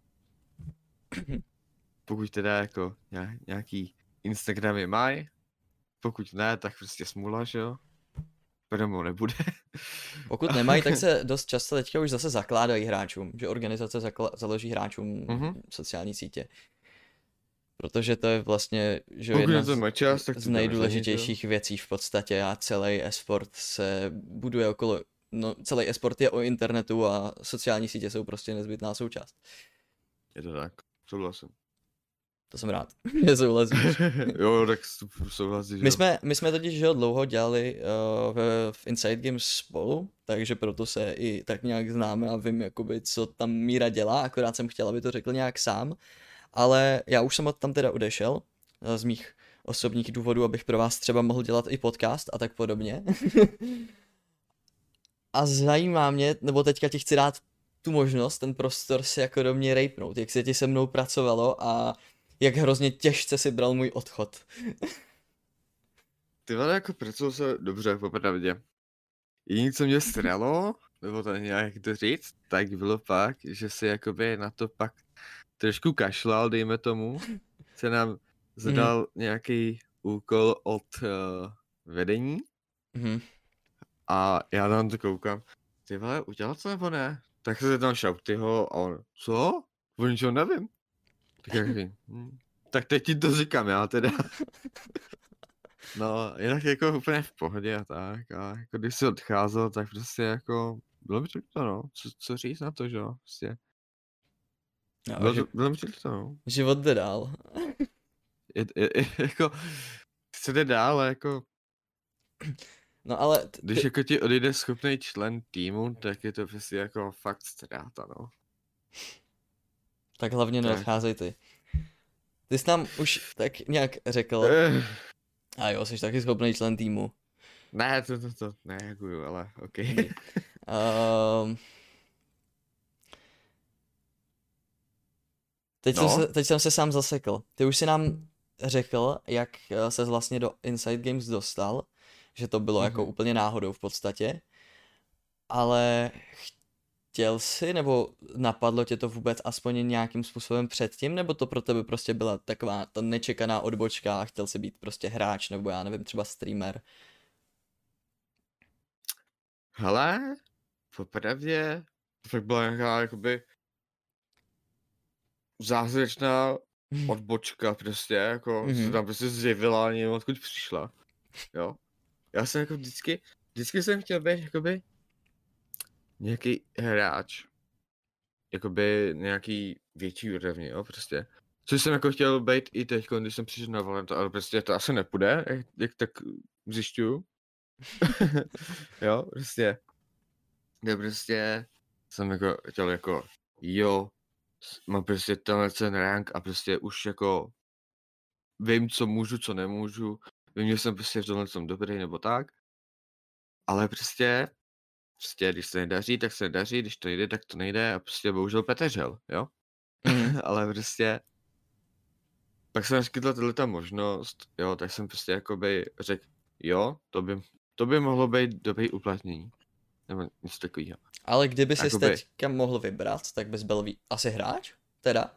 teda jako nějaký Instagramy mají, pokud ne, tak prostě smůla, že jo, domů nebude. Pokud nemají, tak se dost často teďka už zase zakládají hráčům, že organizace založí hráčům sociální sítě. Protože to je vlastně že jedna z nejdůležitějších věcí v podstatě a celý e-sport se buduje okolo, no celý e-sport je o internetu a sociální sítě jsou prostě nezbytná součást. Je to tak, souhlasím. To jsem rád, že souhlasíš. Jo, tak souhlasíš. My jsme totiž že dlouho dělali v Inside Games spolu, takže proto se i tak nějak známe a vím jakoby, co tam Míra dělá, akorát jsem chtěl, aby to řekl nějak sám. Ale já už jsem tam teda odešel z mých osobních důvodů, abych pro vás třeba mohl dělat i podcast a tak podobně. A zajímá mě, nebo teďka ti chci dát tu možnost, ten prostor si jako do mě rejpnout, jak se ti se mnou pracovalo a jak hrozně těžce si bral můj odchod. Ty vole, jako pracoval se dobře, popravdě. Jediné, co mě stralo, nebo to nějak to říct, tak bylo pak, že si jakoby na to pak trošku kašlal, dejme tomu, se nám zadal nějaký úkol od vedení, Mhm. A já tam to koukám, ty vole, udělal to nebo ne? Tak se tam Šautyho a on, co? O ničeho nevím. Tak já říkám, tak teď ti to říkám já teda. No, jinak jako úplně v pohodě a tak. A jako když se odcházel, tak prostě jako, bylo mi to líto, no. Co říct na to, že jo? Prostě, No, bylo mi to líto, no. život jde dál. Jako, chce jde dál, ale jako, No ale když jako ti odejde schopný člen týmu, tak je to prostě jako fakt ztráta, no. tak hlavně Tak. neodcházej ty. Ty jsi nám už tak nějak řekl, a jo, jsi taky schopný člen týmu. Ne, to nejakuju, ale ok. Um, No. teď jsem se sám zasekl. Ty už si nám řekl, jak se vlastně do Inside Games dostal, že to bylo jako úplně náhodou v podstatě, ale chtěl jsi, nebo napadlo tě to vůbec aspoň nějakým způsobem předtím, nebo to pro tebe prostě byla taková ta nečekaná odbočka a chtěl jsi být prostě hráč, nebo já nevím, třeba streamer? Hele, popravdě, to fakt byla nějaká jakoby zázračná odbočka prostě, jako se tam prostě zjevila a nevím odkud přišla, jo. Já jsem jako vždycky jsem chtěl být jakoby nějaký hráč, jakoby nějaký větší úrovni, jo, prostě. Což jsem jako chtěl být i teď, když jsem přišel na Valorant, ale prostě to asi nepůjde, jak tak zjišťuju. Jo, prostě. Já prostě jsem jako chtěl jako, jo, mám prostě ten rank a prostě už jako vím, co můžu, co nemůžu, vím, že jsem prostě v tomhle tom dobrý nebo tak, ale prostě, když se nedaří, tak se nedaří, když to nejde, tak to nejde a prostě bohužel peteřel, jo? Ale prostě pak jsem naskytla tato možnost, jo, tak jsem prostě jakoby řekl, jo, to by mohlo být dobrý uplatnění, nebo něco takového. Ale kdyby jsi Jakoby- teďka mohl vybrat, tak bys byl asi hráč? Teda?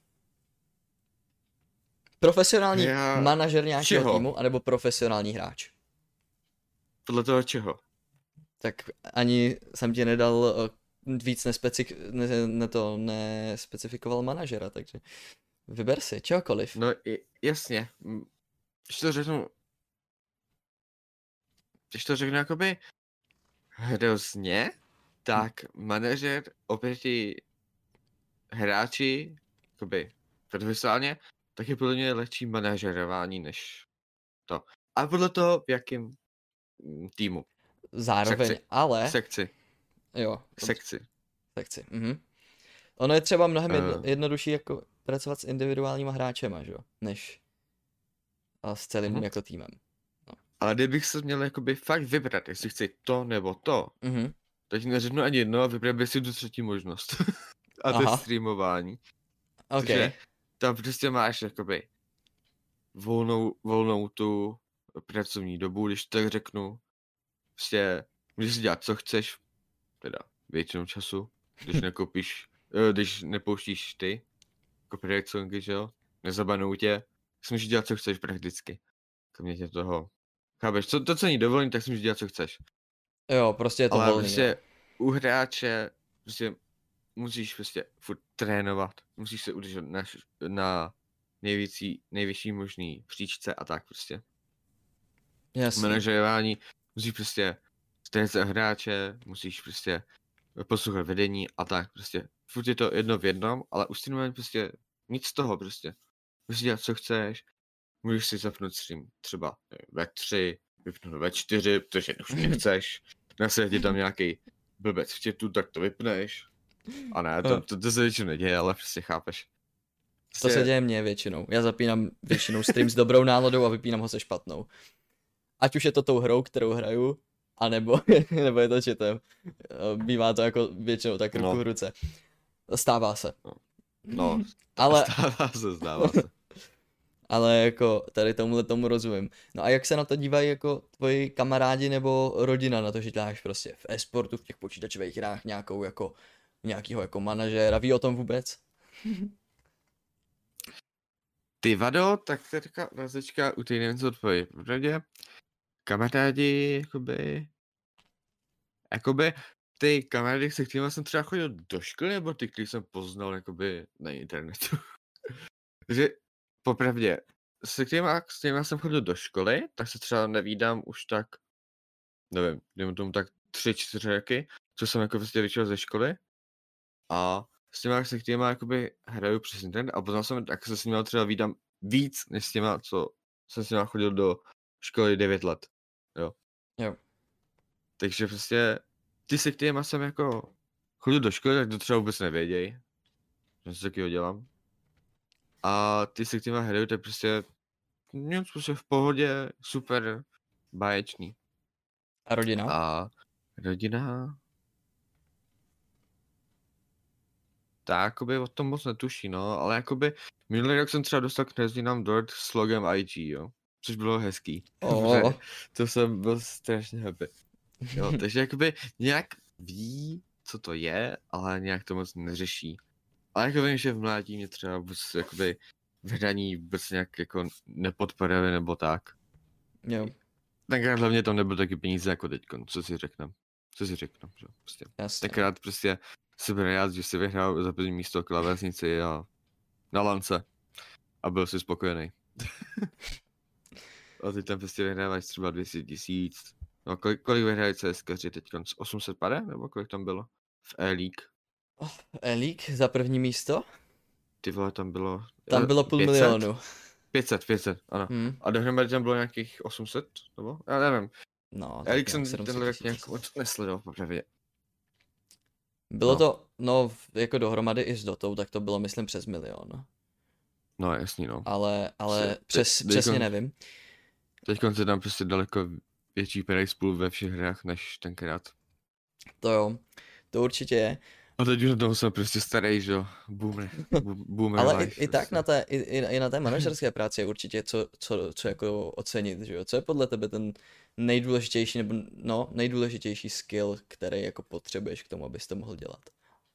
Profesionální manažer nějakého Čeho? týmu, anebo profesionální hráč? Podle toho čeho? Tak ani jsem ti nedal víc nespecifikoval manažera, takže vyber si, čehokoliv. No jasně, když to řeknu jakoby hrozně, tak manažer oproti hráči, jakoby profesionálně, tak je podle mě lepší manažerování než to. A podle toho, v jakém týmu. Zároveň, ale... Sekci. Jo. Sekci. Ono je třeba mnohem jednodušší jako pracovat s individuálníma hráčema, že jo, než s celým jako týmem. No. Ale kdybych se měl jakoby fakt vybrat, jestli chci to nebo to, tak neřeknu ani jedno a vybrat bych si tu třetí možnost. A to je streamování. Okay. Takže tam prostě máš jakoby volnou tu pracovní dobu, když tak řeknu. Prostě můžeš si dělat, co chceš, teda většinou času, když nepouštíš ty copyright songy, že jo, nezabanou tě, tak můžeš dělat, co chceš prakticky. Kromě tě toho, chápeš, to, co není dovolený, tak si můžeš dělat, co chceš. Jo, prostě je to ale volný. Prostě u hráče prostě musíš prostě furt trénovat, musíš se udržet na nejvyšší možný příčce a tak prostě. Jasně. Manažerování, musíš prostě starat se o hráče, musíš prostě poslouchat vedení a tak prostě. Furt je to jedno v jednom, ale už si nemám prostě nic z toho prostě. Musíš dělat, co chceš, můžeš si zapnout stream třeba ve 3, vypnout ve 4, protože už nechceš. Nasadit tam nějaký blbec v chatu, tak to vypneš. A ne, to se většinou neděje, ale prostě chápeš. To se děje mně většinou. Já zapínám většinou stream s dobrou náladou a vypínám ho se špatnou. Ať už je to tou hrou, kterou hraju, anebo nebo je to čitem. Bývá to jako většinou tak ruku v ruce. Stává se. No, ale... stává se. Ale jako tady tomu rozumím. No a jak se na to dívají jako tvoji kamarádi nebo rodina na to, že děláš prostě v e-sportu, v těch počítačových hrách nějakýho jako manažéra, ví o tom vůbec? Ty vado, tak teďka u té nevím co odpovědět. Pravdě, kamarádi, jakoby ty kamarády, se kterými jsem třeba chodil do školy, nebo ty, který jsem poznal jakoby na internetu. Takže popravdě, s kterými jsem chodil do školy, tak se třeba nevídám už tak, nevím, dejme tomu tak 3-4 roky, co jsem jako prostě vyšel ze školy. A s těma, se kterýma jakoby hraju přes internet a poznal jsem, tak se s nimi třeba vídám víc, než s těma, co jsem s nimi chodil do školy 9 let. Jo. Takže prostě ty, se kterýma jsem jako chodil do školy, tak to třeba vůbec nevědějí, že něco takového dělám. A ty, se kterýma hraju, tak prostě něco prostě v pohodě, super, báječný. A rodina? A rodina... Tak jakoby o tom moc netuší, no, ale jakoby minulý rok jsem třeba dostal k narozeninám dort s logem IG, jo, což bylo hezký. Oh. To jsem byl strašně happy. Jo, takže jakoby nějak ví, co to je, ale nějak to moc neřeší. Ale jako vím, že v mládí mě třeba vůbec jakoby v hraní vůbec nějak jako nepodporili nebo tak. Jo. Tenkrát hlavně tam nebyl taky peníze jako teďkon, co si řeknu, že prostě. Jasně. Tenkrát prostě jsem byl rád, že si vyhrál za první místo klávesnici a na lance a byl si spokojený. A ty tam prostě vyhráváš třeba 200 000. No kolik vyhrávají CSkaři teď? 800 pade? Nebo kolik tam bylo? V E-League. E-League za první místo? Ty vole, tam bylo... Tam bylo 500 000. 500, ano. A dohromady tam bylo nějakých 800, nebo? Já nevím. No, E-League jsem tenhle rok nějak nesledoval, popravdě. Bylo to, no, jako dohromady i s dotou, tak to bylo, myslím, přes 1 000 000. No, jasný, no. Ale přesně nevím. Teďkon se tam prostě daleko větší prize pool ve všech hrách než tenkrát. To jo, to určitě je. A teď už na tom jsem prostě starý, že jo, boomer Ale life, i tak i na té manažerské práci je určitě co jako ocenit, že jo. Co je podle tebe ten nejdůležitější, nebo no, nejdůležitější skill, který jako potřebuješ k tomu, abys to mohl dělat?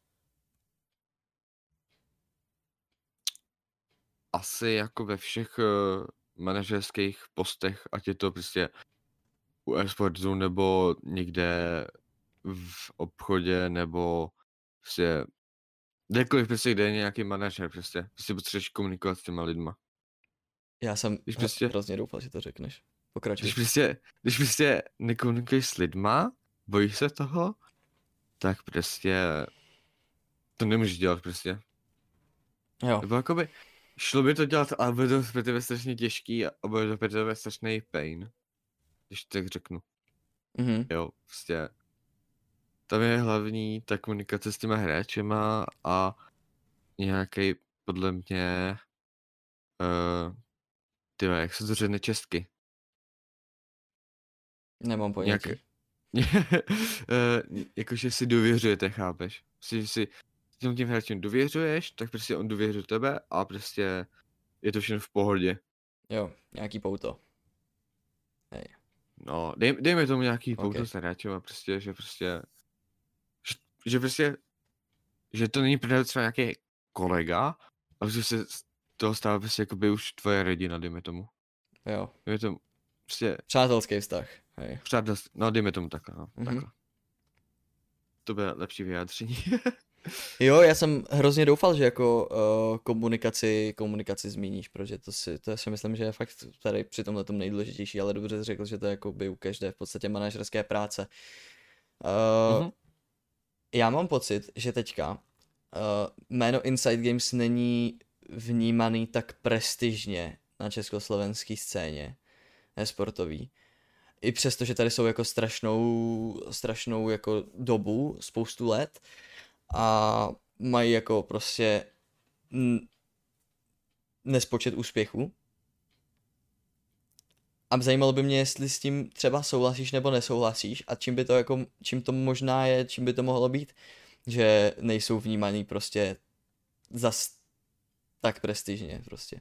Asi jako ve všech manažerských postech, ať je to prostě u e-sportu nebo někde v obchodě nebo prostě kdekoliv prostě, kde je nějaký manažer prostě potřebuješ komunikovat s těma lidma. Já jsem hrozně doufal, že to řekneš. Pokračuj. Když prostě nekomunikuješ s lidma, bojíš se toho, tak prostě to nemůžeš dělat prostě. Jo. Nebo jakoby šlo by to dělat, ale bude to pro tebe strašně těžký a bude to pro tebe strašný pain. Když tak řeknu. Jo, prostě tam je hlavní ta komunikace s těma hráčema a nějaký podle mě jak se to řekne česky? Nemám ponětí. Jakože si důvěřujete, chápeš? Že si tím hráčem důvěřuješ, tak prostě on důvěřuje tebe a prostě je to všechno v pohodě. Jo, nějaký pouto. Hej. No, dejme tomu nějaký pouto s hráčem a prostě, že to není právě třeba nějaký kolega, ale že se toho stává prostě jakoby už tvoje rodina, dejme tomu. Jo. Dejme tomu, prostě... Přátelský vztah, hej. No, dejme tomu takhle, no, takhle. To bude lepší vyjádření. Jo, já jsem hrozně doufal, že jako komunikaci zmíníš, protože to si myslím, že je fakt tady při tomhle tom nejdůležitější, ale dobře jsi řekl, že to je jako by u každé v podstatě manažerské práce. Já mám pocit, že teďka jméno Inside Games není vnímaný tak prestižně na československé scéně e-sportový. I přesto, že tady jsou jako strašnou jako dobu, spoustu let a mají jako prostě nespočet úspěchů. A zajímalo by mě, jestli s tím třeba souhlasíš nebo nesouhlasíš a čím to možná je, čím by to mohlo být, že nejsou vnímaný prostě zas tak prestižně prostě.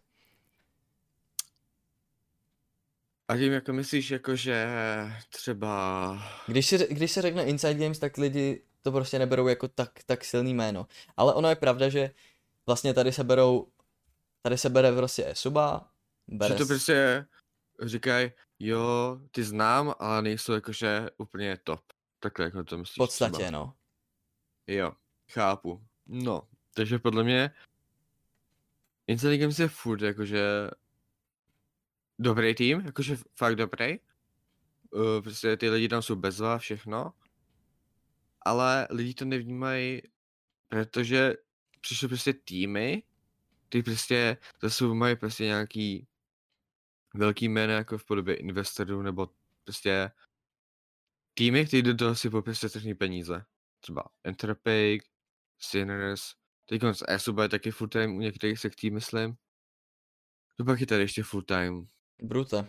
A tím jako myslíš, jakože třeba... Když se řekne Inside Games, tak lidi to prostě neberou jako tak silný jméno. Ale ono je pravda, že vlastně tady se bere prostě Suba. Že to prostě říkají, Jo, ty znám, ale nejsou jakože úplně top. Takhle jako to V myslíš podstatě, třeba. no. Jo, chápu. No, takže podle mě Intelligence je furt jakože dobrý tým, jakože fakt dobrý. Prostě ty lidi tam jsou bezva, všechno. Ale lidi to nevnímají, protože přišly prostě týmy, ty prostě zase mají prostě nějaký velký jméno jako v podobě investorů, nebo prostě týmy, kteří do toho si prostě trhní peníze. Třeba Enterpay, Sinners, teď ESUB je taky full time u některých sektí, myslím. To pak je tady ještě full time. Brute.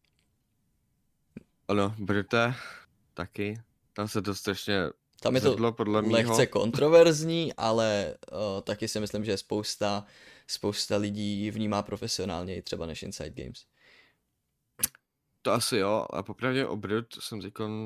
Ano, Brute, taky. Tam se to strašně Tam je to zvedlo, podle mýho. lehce kontroverzní, ale taky si myslím, že spousta lidí vnímá profesionálně třeba než Inside Games. To asi jo, a popravdě o Brut jsem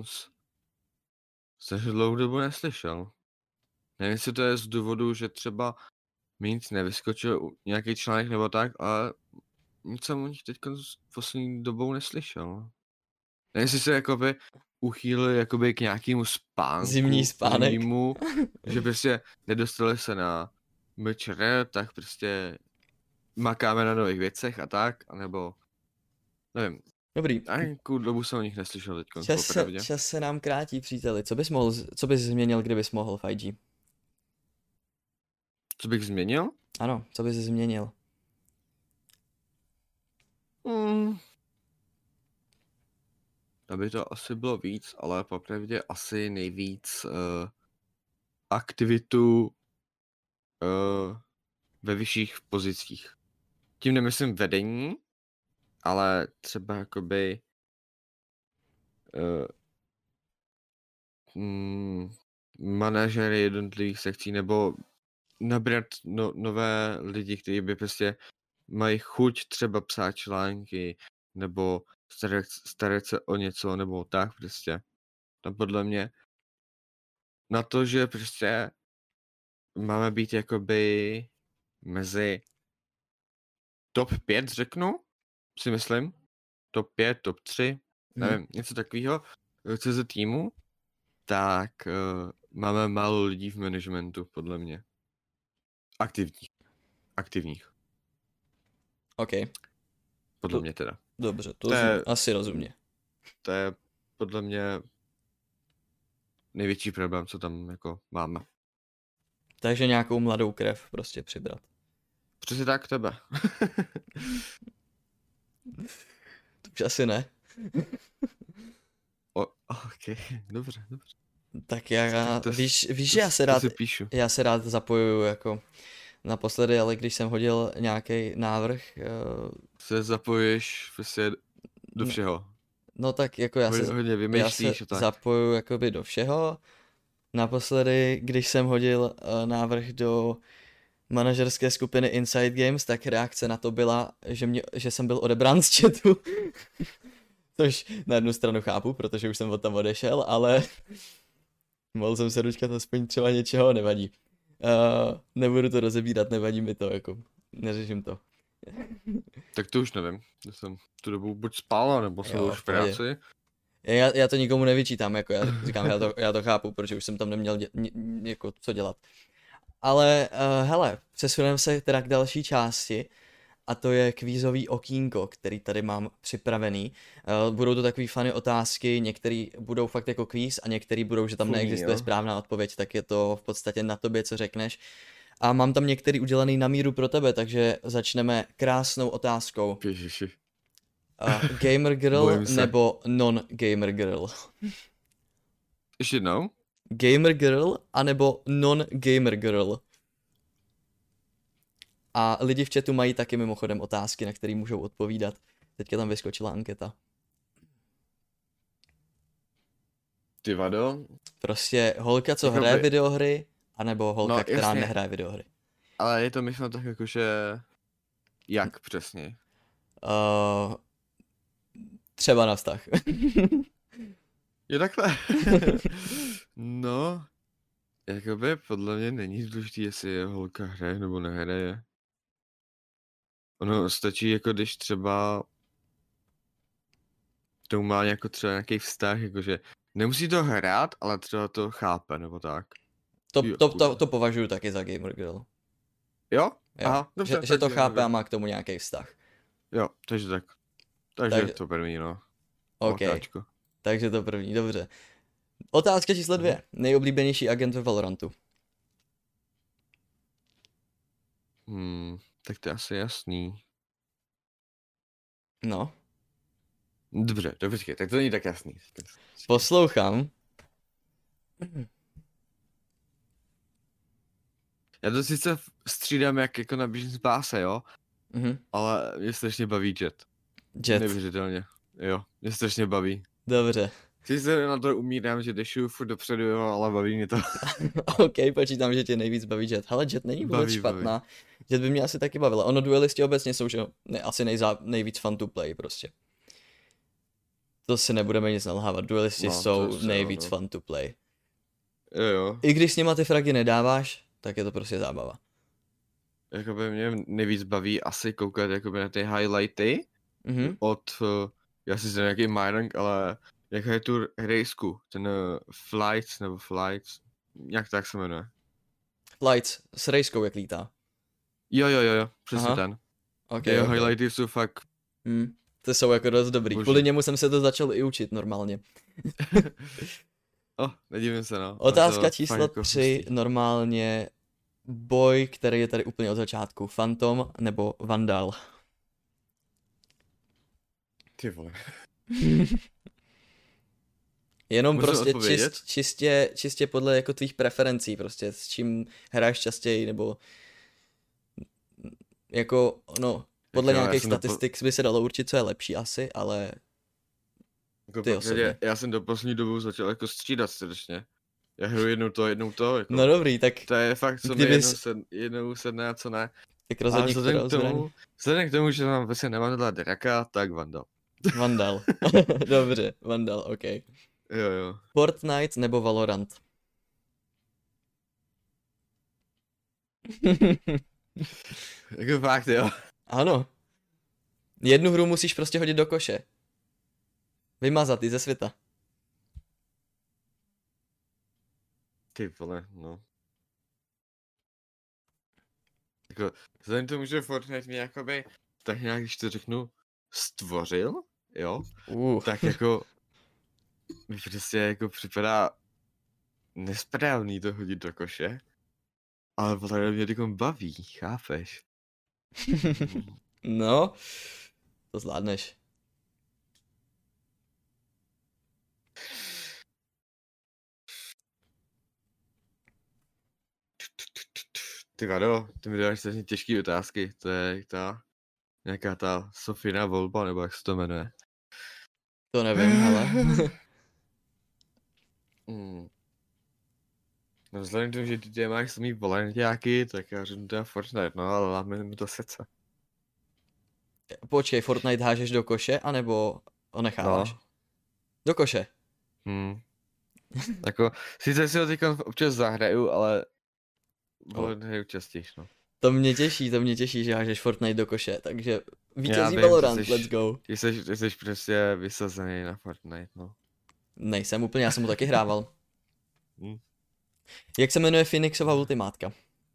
strašně dlouhou dobu neslyšel. Nevím, jestli to je z důvodu, že třeba mi nic nevyskočil nějaký článek nebo tak, ale nic jsem o nich teď poslední dobou neslyšel. Nevím, jestli se jakoby uchýlili jakoby k nějakému spánku. Zimní spánek. Zimnímu, že prostě nedostali se na MČR, tak prostě makáme na nových věcech a tak, anebo nevím. Dobrý. A nějakou dobu jsem o nich neslyšel teď, popravdě. Čas se nám krátí, příteli. Co bys změnil, kdybys mohl v IG? Co bych změnil? Ano, co bys změnil? Aby to asi bylo víc, ale popravdě asi nejvíc aktivitu ve vyšších pozicích. Tím nemyslím vedení, ale třeba jakoby manažery jednotlivých sekcí, nebo nabrat nové lidi, kteří by prostě mají chuť třeba psát články, nebo starat se o něco, nebo tak prostě. Tam podle mě na to, že prostě máme být jakoby mezi top 5, řeknu, si myslím. Top 5, top 3, nevím, něco takového CZ týmu, tak máme málo lidí v managementu, podle mě. Aktivních. OK. Podle mě teda. Dobře, to je asi rozumně. To je podle mě největší problém, co tam jako máme. Takže nějakou mladou krev prostě přibrat. Přesně tak, tebe. To už asi ne. Ok, dobře. Tak víš, že já se rád zapojuju jako naposledy, ale když jsem hodil nějaký návrh... Se zapojuješ prostě do všeho. No tak jako já se zapojuju jakoby do všeho. Naposledy, když jsem hodil návrh do manažerské skupiny Inside Games, tak reakce na to byla, že jsem byl odebrán z chatu. Což na jednu stranu chápu, protože už jsem od tam odešel, ale mohl jsem se dočkat aspoň třeba něčeho, nevadí. Nebudu to rozebírat, nevadí mi to, jako neřeším to. Tak to už nevím, já jsem tu dobu buď spal, nebo jsem už v práci. Já to nikomu nevyčítám, jako já říkám, já to chápu, protože už jsem tam neměl jako co dělat. Ale hele, přesuneme se teda k další části a to je kvízový okýnko, který tady mám připravený. Budou to takový funny otázky, některé budou fakt jako kvíz a některé budou, že tam neexistuje správná odpověď, tak je to v podstatě na tobě, co řekneš. A mám tam některý udělaný na míru pro tebe, takže začneme krásnou otázkou. Ježiši. Gamer girl nebo non-gamer girl? Ještě jednou? Gamer girl anebo non-gamer girl? A lidi v chatu mají taky mimochodem otázky, na které můžou odpovídat. Teďka tam vyskočila anketa. Ty vado? Prostě holka, co hraje videohry, anebo holka, která nehraje videohry. Ale je to myšleno tak jakože... Jak přesně? Třeba na vztah. Je takhle. No, jakoby podle mě není důležitý, jestli holka hraje nebo nehraje. Ono stačí jako když třeba tomu má jako třeba nějaký vztah, jakože nemusí to hrát, ale třeba to chápe, nebo tak. Jo, To považuji taky za gamer girl. Jo? Jo, Aha, dobře, že to takže chápe a nevím. má k tomu nějaký vztah. Jo, takže tak. Takže to první, no. OK, Okáčko. takže to první, dobře. Otázka číslo 2. Nejoblíbenější agent ve Valorantu. Tak to je asi jasný. No, Dobře, počkej, tak to není tak jasný. poslouchám. Já to sice střídám jak jako na běžný spáse, jo? Ale mě strašně baví Jet. Jet, Neuvěřitelně. Jo, mě strašně baví. dobře. Sice na to umírám, že dešuju furt dopředu, jo, ale baví mě to. OK, počítám, že tě nejvíc baví Jet. Ale Jet není vůbec Baví. špatná. Jet by mě asi taky bavila. Ono duelisti obecně jsou, že asi nejvíc fun to play prostě. To si nebudeme nic nalhávat. Duelisti No, to jsou se, nejvíc no. fun to play. Jo. I když s nima ty fragy nedáváš, tak je to prostě zábava. Jakoby mě nejvíc baví asi koukat jakoby na ty highlighty od, já si znám nějaký Myrank, ale jak je tu rejsku, ten Flights, nějak tak se jmenuje. Lights s rejskou, jak lítá. Jo, přesně Aha. ten. Okay, Jeho highlighty jsou fakt... To jsou jako dost dobrý. Boží. Kvůli němu jsem se to začal i učit normálně. Nedívím se, no. Otázka číslo jako 3, normálně boj, který je tady úplně od začátku. Phantom nebo Vandal? Ty vole. Jenom Můžu prostě odpovědět? čistě podle jako tvých preferencí, prostě s čím hraješ častěji, nebo jako, no, podle Jako, nějakých statistik by se dalo určit, co je lepší asi, ale Jako ty osobně. já jsem do poslední dobu začal jako střídat strašně. Já hru jednou to, jako. No dobrý, tak To je fakt, co mi jednou sedne a co ne. tak rozhodně vzhledem k tomu, že mám vlastně nemám draka, tak Vandal. Vandal. Dobře, Vandal, OK. Jo. Fortnite nebo Valorant? Jako fakt, jo. Ano. Jednu hru musíš prostě hodit do koše. Vymazat ji ze světa. Ty vole, no. Jako, vzhledem k tomu, že Fortnite mě jakoby, tak nějak, když to řeknu, stvořil, jo, tak jako, mi prostě jako připadá nesprávný to hodit do koše, ale Valorant mě takom baví, chápeš? No, to zvládneš. Ty vado, ty mi dáš strašně těžké otázky, to je nějaká ta Sofina volba, nebo jak se to jmenuje. To nevím, hele. No vzhledem k tomu, že ty máš samý Valorantňáky, tak já řeknu teda Fortnite, no ale láme mi to srdce. Počkej, Fortnite hážeš do koše, anebo ho necháváš? No. Do koše. Jako, sice si ho teď občas zahraju, ale Valorant hraju častěji, no. To mě těší, že hážeš Fortnite do koše, takže vítězí vím, Valorant, let's go. Ty jsi prostě vysazený na Fortnite, no. Nejsem úplně, já jsem mu taky hrával. Jak se jmenuje Phoenixova ultimátka?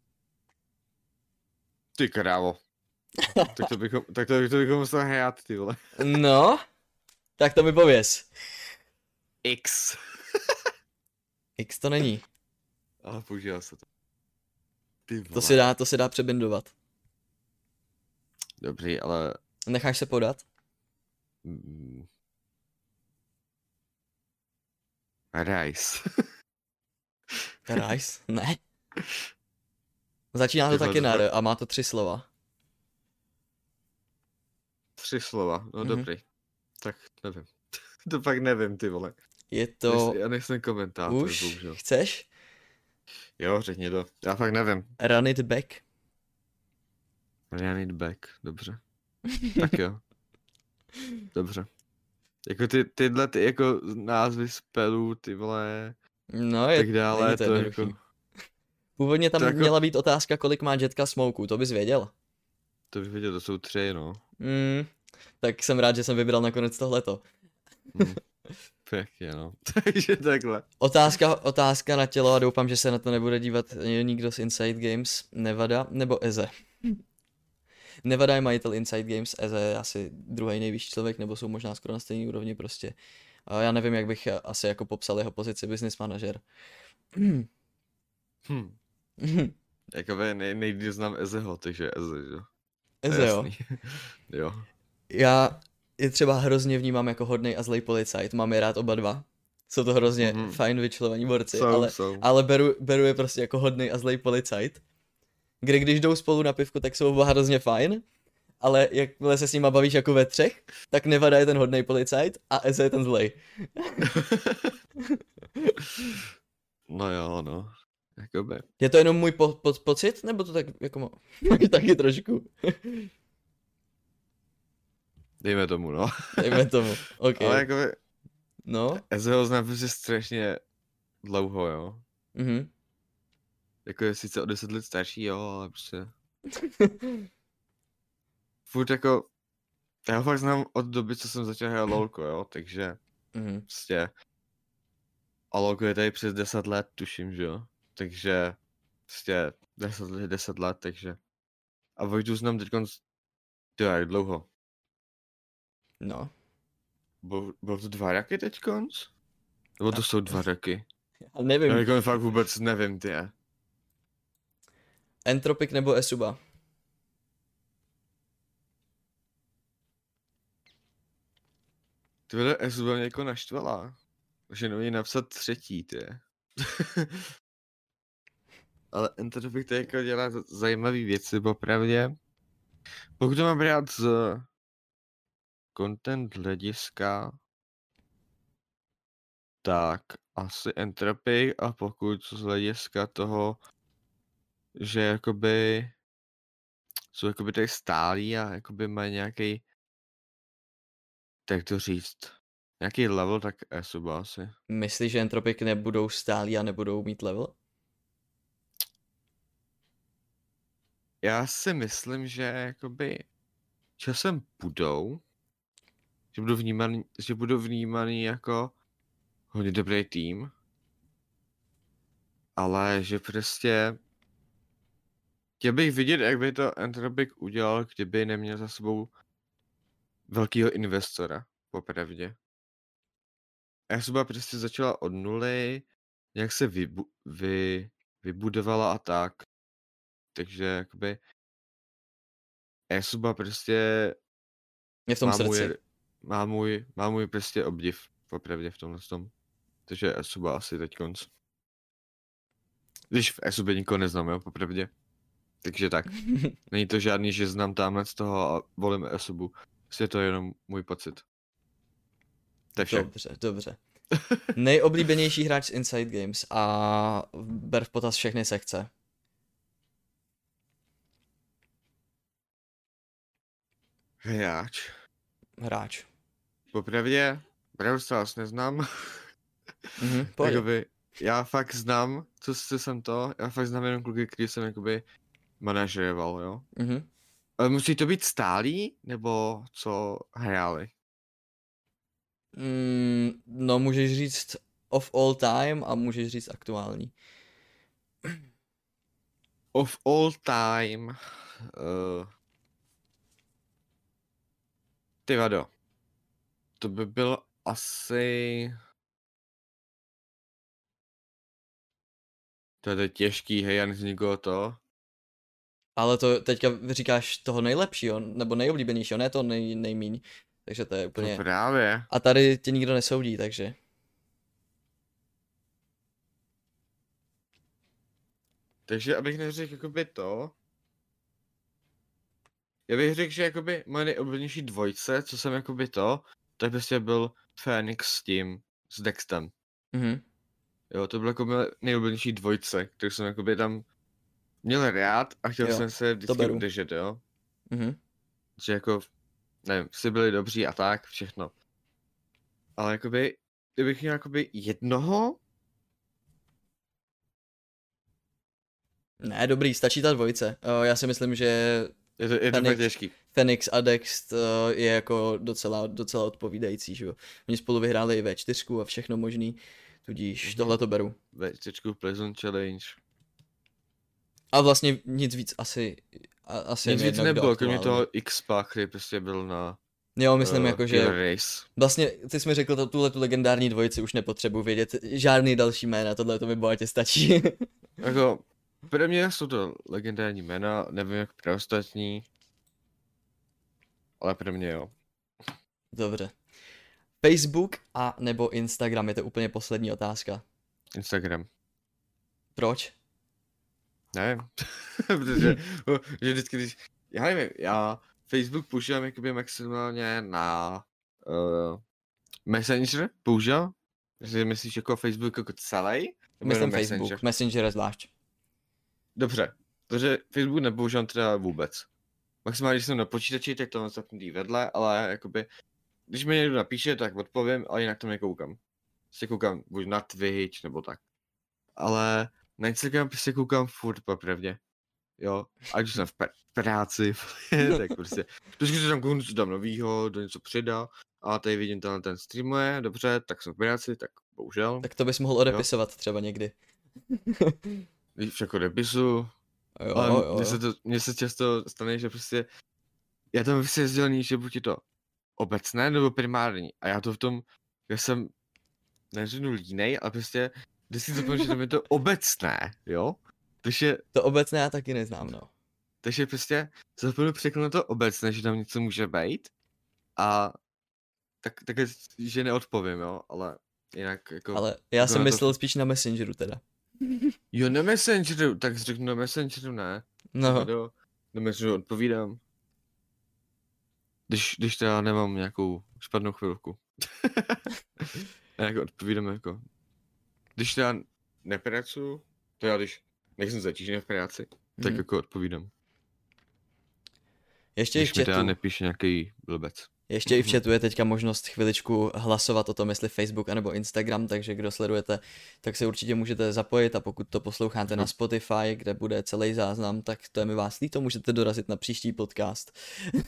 Ty krávo. tak to bychom museli hrát, ty vole. No, tak to mi pověz. X. X to není. Ale používá se to. Ty vole. To se dá přebindovat. Dobrý, ale... Necháš se podat? Rice. Rice? Ne. Začíná to taky na R a má to 3 slova. 3 slova, no dobrý. Tak nevím. To fakt nevím, ty vole. Je to... Já nejsem komentátor, Už bohužel. chceš? Jo, řekni to. Já fakt nevím. Run it back. Run it back, dobře. Tak jo. Dobře. Jako tyhle jako názvy spelů, ty vole, no, tak dále, to jako... Původně tam jako... měla být otázka, kolik má Jetka smoku, to bys věděl? To bych věděl, to jsou 3, no. Tak jsem rád, že jsem vybral nakonec tohleto. Pěkně, no. Takže takhle. Otázka na tělo a doufám, že se na to nebude dívat nikdo z Inside Games. Nevada nebo Eze? Nevada je majitel Inside Games, Eze je asi druhý nejvyšší člověk, nebo jsou možná skoro na stejné úrovni prostě. A já nevím, jak bych asi jako popsal jeho pozici business manažer. Jakoby nejdřív znám Ezeho, takže Eze, jo. Eze, jo. Jo. Já je třeba hrozně vnímám jako hodnej a zlej policajt, mám je rád oba dva. Jsou to hrozně fajn vyčilovaní borci, ale beru je prostě jako hodnej a zlej policajt. Když jdou spolu na pivku, tak jsou oba hrozně fajn, ale jakmile se s nima bavíš jako ve třech, tak Nevada je ten hodnej policajt a Eze je ten zlej. No jo, no. Jakoby. Je to jenom můj pocit, nebo to tak jako taky trošku? Dejme tomu, no. Dejme tomu, ok. Ale jakoby, no. Ezeho znám prostě strašně dlouho, jo. Jako je sice o 10 let starší, jo, ale prostě... Furt jako... Já ho fakt znám od doby, co jsem začal hrát LOLko, jo, takže... Prostě... A LOLko je tady přes 10 let, tuším, že jo. Takže... Prostě 10 let, takže... A Vojtu znám teďkon... Jak dlouho? No. Bylo to 2 roky teďkonc? Nebo to jsou 2 roky? Já nevím. Já jako fakt vůbec nevím, ty. Entropic nebo Esuba? Ty vole, Esuba mě jako naštvala. Že neumí napsat třetí, ty. Ale Entropic to jako dělá zajímavé věci, popravdě. Pokud to mám brát z content hlediska, tak asi Entropic, a pokud z hlediska toho, že jakoby jsou jakoby tady stálí a jakoby mají nějaký, tak to říct, nějaký level, tak Esuba asi. Myslíš, že Entropic nebudou stálí a nebudou mít level? Já si myslím, že jakoby časem budou, že budou vnímaný jako hodně dobrý tým, ale že prostě chtěl bych vidět, jak by to Entropic udělal, kdyby neměl za sebou velkýho investora, popravdě. Esuba prostě začala od nuly, nějak se vybudovala a tak. Takže jakoby Esuba prostě je v tom srdci. Má můj prostě obdiv, popravdě v tomhle tom. Takže Esuba asi teď konc. Když v Esubě nikoho neznám, jo, popravdě. Takže tak. Není to žádný, že znám tamhle z toho a volím Esubu. Prostě to je jenom můj pocit. To je vše. Dobře. Nejoblíbenější hráč z Inside Games a ber v potaz všechny sekce. Hráč. Popravdě, Brawl Stars neznám. Jakoby, já fakt znám, co jsem to, já fakt znám jenom kluky, který jsem jakoby manažeroval, jo. Ale musí to být stálý, nebo co hráli? No, můžeš říct of all time a můžeš říct aktuální. Of all time... Ty vado. To by byl asi... To je těžký, hej, já nejsem nikoho to. Ale to teďka říkáš toho nejlepšího, nebo nejoblíbenějšího, ne to nejmíň. Takže to je úplně... No právě. A tady tě nikdo nesoudí, takže... Takže abych neřekl jakoby to... Já bych řekl, že jakoby moje nejoblíbenější dvojce, co jsem jakoby to, tak prostě byl Phoenix s tím, s Dextem. Jo, to bylo jako moje nejoblíbenější dvojce, kterou jsem jakoby tam měl rád a chtěl jsem se vždycky udržet, jo. Že jako, nevím, vsi byli dobří a tak, všechno. Ale jakoby, kdybych měl jakoby jednoho? Ne, dobrý, stačí ta dvojce. Já si myslím, že Je to fakt těžký. Phoenix a Dex je jako docela odpovídající, že jo. Oni spolu vyhráli i V4 a všechno možný, tudíž tohle to beru. V4 Pleasant Challenge. A vlastně nic víc asi nic víc nebylo, kromě toho X-Pa, který prostě byl na jo, myslím jako, že race. Vlastně ty jsi mi řekl, tuhle tu legendární dvojici už nepotřebuji vědět, žádný další jména, tohle to mi bohatě stačí. Jako, pro mě jsou to legendární jména, nevím jak pro ostatní, ale pro mě jo. Dobře. Facebook a nebo Instagram, je to úplně poslední otázka. Instagram. Proč? Nevím, protože že vždycky, když, já nevím, já Facebook používám jakoby maximálně na Messenger, používám, že myslíš jako Facebook jako celý? Myslím Facebook, Messenger zvlášť. Dobře, protože Facebook nepoužívám teda vůbec. Maximálně, když jsem na počítači, tak to mám zapnutý vedle, ale jakoby, když mi někdo napíše, tak odpovím, ale jinak to nekoukám. Prostě koukám buď na Twitch nebo tak. Ale na Instagram prostě koukám furt popravdě. Jo, ať už jsem v práci, tak prostě. Vždycky se tam kouknu, co tam novýho, do něco přidá. A tady vidím ten streamuje, dobře, tak jsem v práci, tak bohužel. Tak to bys mohl odepisovat jo. Třeba někdy. Víš, jako odepisuju. Jo. Mně se často stane, že prostě já tam prostě je sdělený, že buď je to obecné nebo primární. A já to v tom, já jsem neřeknu línej, ale prostě vždycky zapomínám, že tam je to obecné, jo? Takže to obecné já taky neznám, no. Takže prostě zapomenu překnout to obecné, že tam něco může být a tak že neodpovím, jo, ale jinak jako... Ale já jsem myslel spíš na Messengeru teda. Jo, na Messengeru, tak řeknu na Messengeru, ne. No. Na Messengeru odpovídám. Když teda nemám nějakou špatnou chvilku. Jako odpovídám jako... Když teda nepracuju, to já když nejsem zatížený v práci, tak jako odpovídám. Ještě i v chatu. Když mi teda nepíše nějaký blbec. Ještě i v chatu je teďka možnost chviličku hlasovat o tom, jestli Facebook anebo Instagram, takže kdo sledujete, tak se určitě můžete zapojit a pokud to posloucháte na Spotify, kde bude celý záznam, tak to je mi vás líto, můžete dorazit na příští podcast.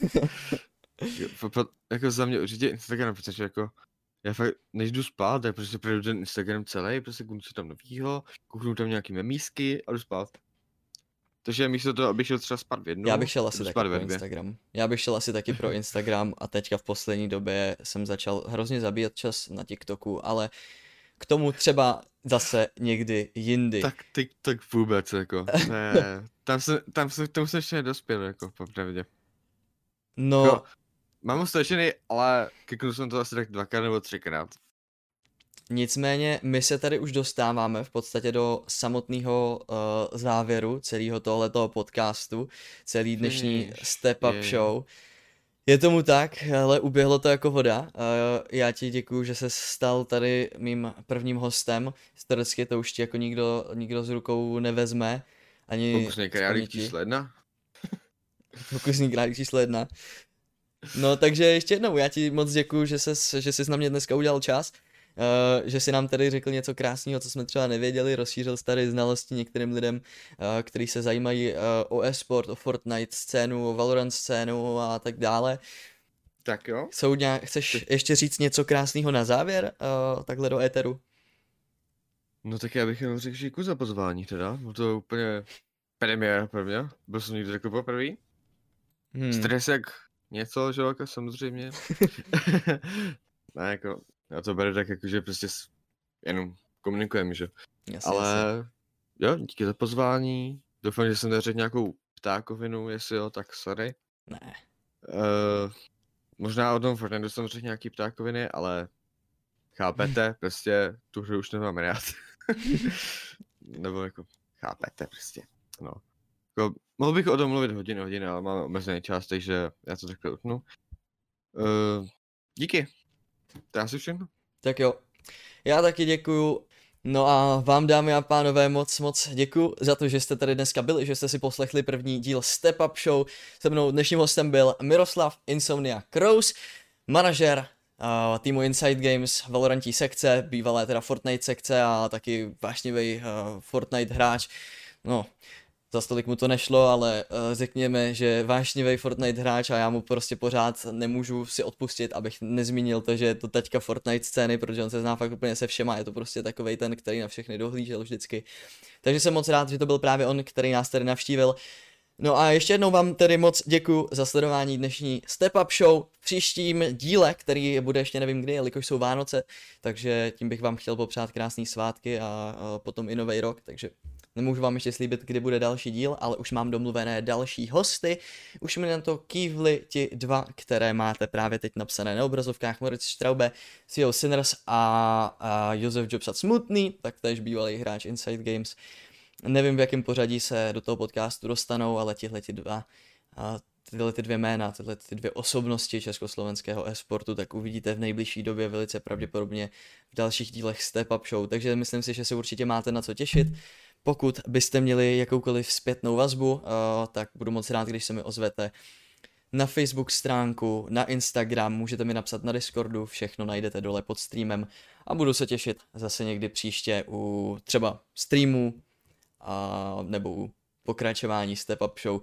Jako za mě určitě Instagram, protože jako já fakt, než jdu spát, tak prostě projdu ten Instagram celý, prostě kouknu si tam novýho, kouknu tam nějaký memísky a jdu spát. Takže místo toho, abych šel třeba spát v jednu, já bych šel asi taky pro Instagram. Já bych šel asi taky pro Instagram a teďka v poslední době jsem začal hrozně zabíjet čas na TikToku, ale k tomu třeba zase někdy jindy. Tak TikTok vůbec, jako, ne, tam jsem ještě nedospěl, jako, popravdě. No... Jako, mám ho stačený, ale kliknul jsem to asi tak 2x nebo 3x. Nicméně my se tady už dostáváme v podstatě do samotného závěru celého tohletoho podcastu, celý dnešní Step Up Show. Je tomu tak, ale uběhlo to jako voda. Já ti děkuju, že se stal tady mým prvním hostem. Historicky to už ti jako nikdo z rukou nevezme. Ani pokusný králík číslo 1. Pokusný králík číslo 1. No takže ještě jednou, já ti moc děkuju, že jsi na mě dneska udělal čas. Že si nám tady řekl něco krásného, co jsme třeba nevěděli, rozšířil tady znalosti některým lidem, kteří se zajímají o e-sport, o Fortnite scénu, o Valorant scénu a tak dále. Tak jo. Chceš ještě říct něco krásného na závěr, takhle do éteru? No tak já bych jenom řekl, že děkuji za pozvání teda, no to je úplně premiéra pro mě, byl jsem někdy jako poprvé. Stres jak něco, že jako samozřejmě. Ne, jako... Já to beru tak jako, že prostě jenom komunikujeme, že? Jasně, ale jo, díky za pozvání. Doufám, že jsem neřekl nějakou ptákovinu, jestli jo, tak sorry. Ne. Možná o tom Fortnite jsem řekl nějaký ptákoviny, ale chápete, prostě tu hru už nemám rád. Nebo jako, chápete prostě, no. Jako, mohl bych o tom mluvit hodiny, ale mám omezený čas, takže já to takhle utnu. Díky. To je asi všechno. Tak jo, já taky děkuju. No a vám, dámy a pánové, moc děkuju za to, že jste tady dneska byli, že jste si poslechli první díl Step Up Show. Se mnou dnešním hostem byl Miroslav Insomnia Crows, manažer týmu Inside Games, Valorantí sekce, bývalé teda Fortnite sekce a taky vášnivý Fortnite hráč. No, za stolik mu to nešlo, ale řekněme, že vášnivý Fortnite hráč a já mu prostě pořád nemůžu si odpustit, abych nezmínil to, že je to taťka Fortnite scény, protože on se zná fakt úplně se všema, je to prostě takovej ten, který na všechny dohlížel vždycky. Takže jsem moc rád, že to byl právě on, který nás tady navštívil. No a ještě jednou vám tedy moc děkuji za sledování dnešní Step Up Show v příštím díle, který bude ještě nevím kdy, jelikož jsou Vánoce, takže tím bych vám chtěl popřát krásný svátky a potom i nový rok, takže nemůžu vám ještě slíbit, kdy bude další díl, ale už mám domluvené další hosty, už mi na to kývli ti dva, které máte právě teď napsané na obrazovkách, Moritz Straube, CEO Sinners a Josef Jobsat Smutný, taktéž bývalý hráč Inside Games. Nevím, v jakém pořadí se do toho podcastu dostanou, ale tyhle dvě jména, tyhle dvě osobnosti československého e-sportu, tak uvidíte v nejbližší době velice pravděpodobně v dalších dílech Step Up Show, takže myslím si, že se určitě máte na co těšit. Pokud byste měli jakoukoliv zpětnou vazbu, tak budu moc rád, když se mi ozvete na Facebook stránku, na Instagram, můžete mi napsat na Discordu, všechno najdete dole pod streamem a budu se těšit zase někdy příště u třeba streamu, nebo pokračování Step Up Show.